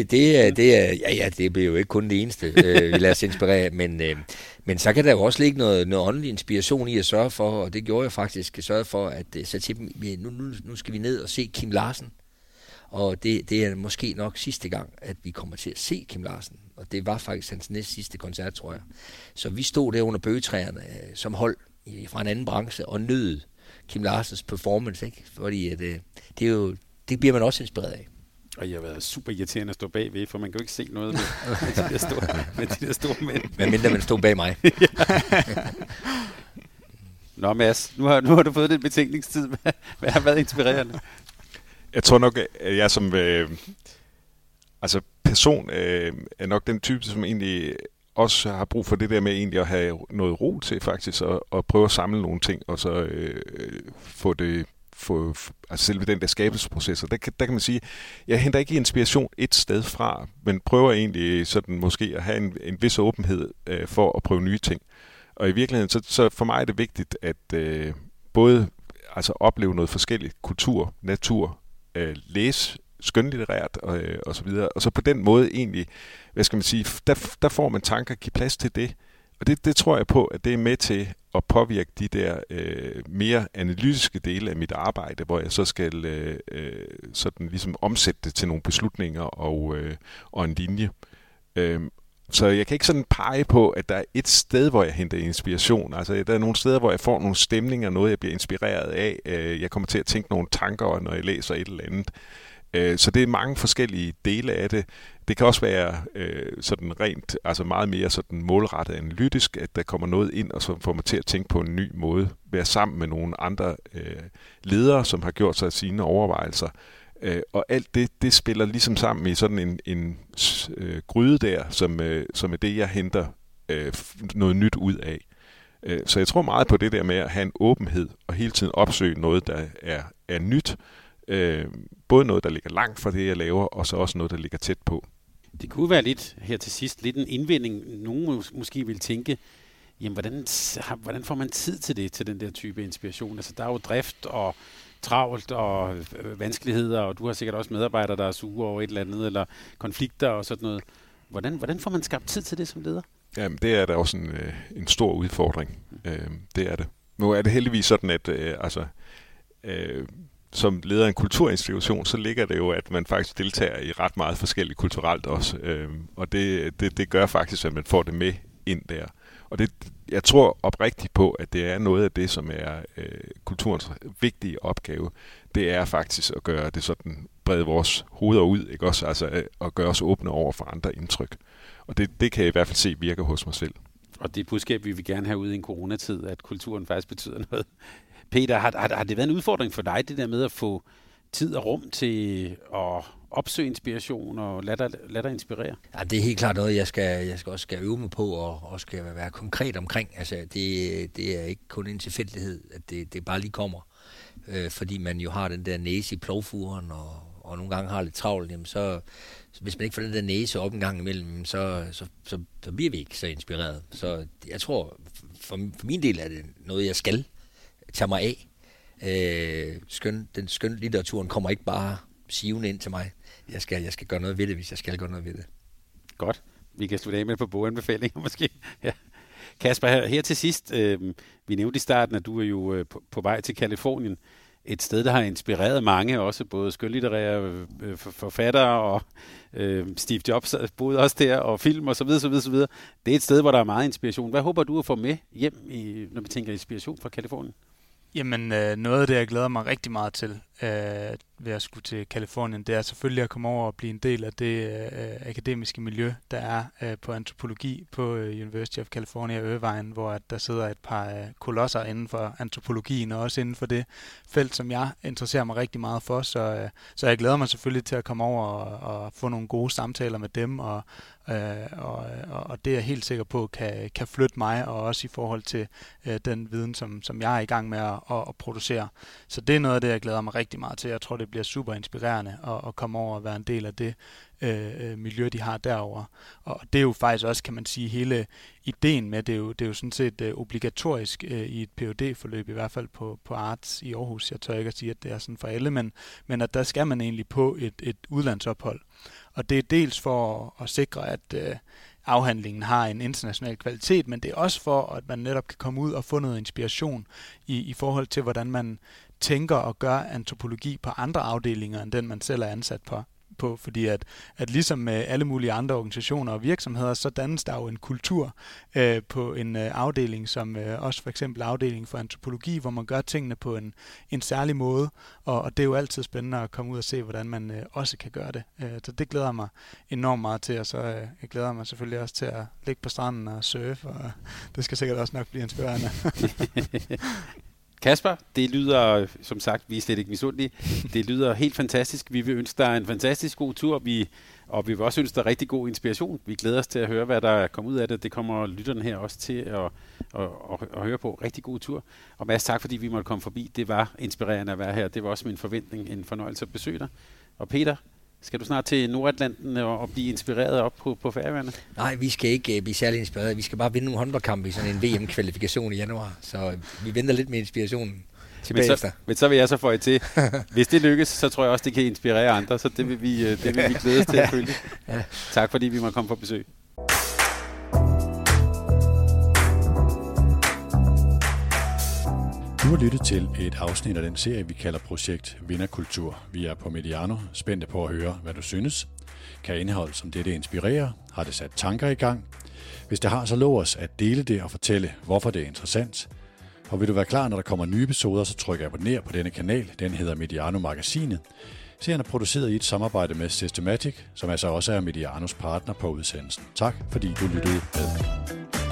det bliver jo ikke kun det eneste, vi lader os inspirere, men så kan der jo også ligge noget åndelig inspiration i at sørge for, og det gjorde jeg faktisk, sørge for, at så til dem, nu skal vi ned og se Kim Larsen, og det er måske nok sidste gang, at vi kommer til at se Kim Larsen, og det var faktisk hans næst sidste koncert, tror jeg. Så vi stod der under bøgetræerne som hold fra en anden branche og nød Kim Larsens performance, ikke? Fordi det bliver man også inspireret af. Og jeg har været super irriterende at stå bagved, for man kan jo ikke se noget med de der store mænd. Men mindre man stod bag mig. Nå Mads, nu har du fået lidt betænkningstid. Hvad har været inspirerende? Jeg tror nok, at jeg som person er nok den type, som egentlig også har brug for det der med egentlig at have noget ro til faktisk, og prøve at samle nogle ting, og så få selve den der skabelsesproces. Og der kan man sige, jeg henter ikke inspiration et sted fra, men prøver egentlig sådan måske at have en vis åbenhed for at prøve nye ting. Og i virkeligheden, så for mig er det vigtigt at både opleve noget forskelligt, kultur, natur, læse skønlitterært og så videre. Og så på den måde egentlig, hvad skal man sige, der får man tanker, give plads til det. Og det tror jeg på, at det er med til at påvirke de der mere analytiske dele af mit arbejde, hvor jeg så skal sådan ligesom omsætte det til nogle beslutninger og en linje. Så jeg kan ikke sådan pege på, at der er et sted, hvor jeg henter inspiration. Altså, der er nogle steder, hvor jeg får nogle stemninger, noget jeg bliver inspireret af. Jeg kommer til at tænke nogle tanker, når jeg læser et eller andet. Så det er mange forskellige dele af det. Det kan også være sådan rent, altså meget mere sådan målrettet analytisk, at der kommer noget ind, og så får man til at tænke på en ny måde. Være sammen med nogle andre ledere, som har gjort sig sine overvejelser. Og alt det spiller ligesom sammen i sådan en gryde der, som er det, jeg henter noget nyt ud af. Så jeg tror meget på det der med at have en åbenhed, og hele tiden opsøge noget, der er nyt. Både noget, der ligger langt fra det, jeg laver, og så også noget, der ligger tæt på. Det kunne være lidt her til sidst, lidt en indvending. Nogen måske vil tænke, jamen hvordan får man tid til det, til den der type inspiration? Altså der er jo drift og travlt og vanskeligheder, og du har sikkert også medarbejdere, der er sure over et eller andet, eller konflikter og sådan noget. Hvordan får man skabt tid til det som leder? Jamen, det er da også en stor udfordring. Det er det. Nu er det heldigvis sådan, at som leder af en kulturinstitution, så ligger det jo, at man faktisk deltager i ret meget forskelligt kulturelt også. Og det gør faktisk, at man får det med ind der. Og jeg tror oprigtigt på, at det er noget af det, som er kulturens vigtige opgave. Det er faktisk at gøre det sådan, brede vores hoveder ud, ikke også? Altså at gøre os åbne over for andre indtryk. Og det kan jeg i hvert fald se virke hos mig selv. Og det er et budskab, vi vil gerne have ud i en coronatid, at kulturen faktisk betyder noget. Peter, har det været en udfordring for dig, det der med at få tid og rum til at opsøge inspiration og lade dig inspirere? Ja, det er helt klart noget, jeg skal øve mig på og skal være konkret omkring. Altså, det er ikke kun en tilfældighed, at det bare lige kommer. Fordi man jo har den der næse i plovfuren, og nogle gange har lidt travlt, jamen så hvis man ikke får den der næse op en gang imellem, så bliver vi ikke så inspireret. Så jeg tror, for min del er det noget, jeg skal tage mig af. Den skønne litteraturen kommer ikke bare sivende ind til mig. Jeg skal gøre noget ved det, hvis jeg skal gøre noget ved det. Godt. Vi kan slutte af med på boganbefalinger måske. Ja. Kasper, her til sidst, vi nævnte i starten, at du er jo på vej til Californien. Et sted, der har inspireret mange, også både skønlitterære forfattere, og Steve Jobs boede også der, og film og så videre, så videre, så videre. Det er et sted, hvor der er meget inspiration. Hvad håber du at få med hjem, når vi tænker inspiration fra Californien? Jamen, noget af det, jeg glæder mig rigtig meget til ved at skulle til Californien, det er selvfølgelig at komme over og blive en del af det akademiske miljø, der er på antropologi på University of California Irvine, hvor der sidder et par kolosser inden for antropologien, og også inden for det felt, som jeg interesserer mig rigtig meget for. Så jeg glæder mig selvfølgelig til at komme over og få nogle gode samtaler med dem, og det er jeg helt sikker på kan flytte mig, og også i forhold til den viden, som jeg er i gang med at producere. Så det er noget af det, jeg glæder mig rigtig meget til. Jeg tror, det bliver super inspirerende at komme over og være en del af det miljø, de har derovre. Og det er jo faktisk også, kan man sige, hele ideen med, det er jo sådan set obligatorisk i et PhD-forløb, i hvert fald på Arts i Aarhus. Jeg tør ikke at sige, at det er sådan for alle, men at der skal man egentlig på et udlandsophold. Og det er dels for at sikre, at afhandlingen har en international kvalitet, men det er også for, at man netop kan komme ud og få noget inspiration i forhold til, hvordan man tænker og gør antropologi på andre afdelinger, end den man selv er ansat på, fordi at ligesom med alle mulige andre organisationer og virksomheder, så dannes der jo en kultur på en afdeling, som også for eksempel afdeling for antropologi, hvor man gør tingene på en særlig måde, og det er jo altid spændende at komme ud og se, hvordan man også kan gøre det. Så det glæder mig enormt meget til, og så jeg glæder mig selvfølgelig også til at ligge på stranden og surfe, og det skal sikkert også nok blive inspirerende. Kasper, det lyder, som sagt, vi er slet ikke misundelige. Det lyder helt fantastisk. Vi vil ønske dig en fantastisk god tur, og vi vil også ønske dig rigtig god inspiration. Vi glæder os til at høre, hvad der kommer ud af det. Det kommer lytterne her også til at høre på. Rigtig god tur. Og Mads, tak fordi vi måtte komme forbi. Det var inspirerende at være her. Det var også min forventning, en fornøjelse at besøge dig. Og Peter, skal du snart til Nordatlanten og blive inspireret op på Færøerne? Nej, vi skal ikke blive særlig inspireret. Vi skal bare vinde nogle håndboldkampe i sådan en VM-kvalifikation i januar. Så vi venter lidt med inspirationen. Men så vil jeg så få til. Hvis det lykkes, så tror jeg også, det kan inspirere andre. Så det vil vi glæde os til at følge. Ja. Tak fordi vi må komme på besøg. Du har lyttet til et afsnit af den serie, vi kalder Projekt Vinderkultur. Vi er på Mediano spændte på at høre, hvad du synes. Kan indhold som dette inspirere? Har det sat tanker i gang? Hvis det har, så lov os at dele det og fortælle, hvorfor det er interessant. Og vil du være klar, når der kommer nye episoder, så tryk abonner på denne kanal. Den hedder Mediano Magasinet. Serien er produceret i et samarbejde med Systematic, som altså også er Medianos partner på udsendelsen. Tak fordi du lyttede med.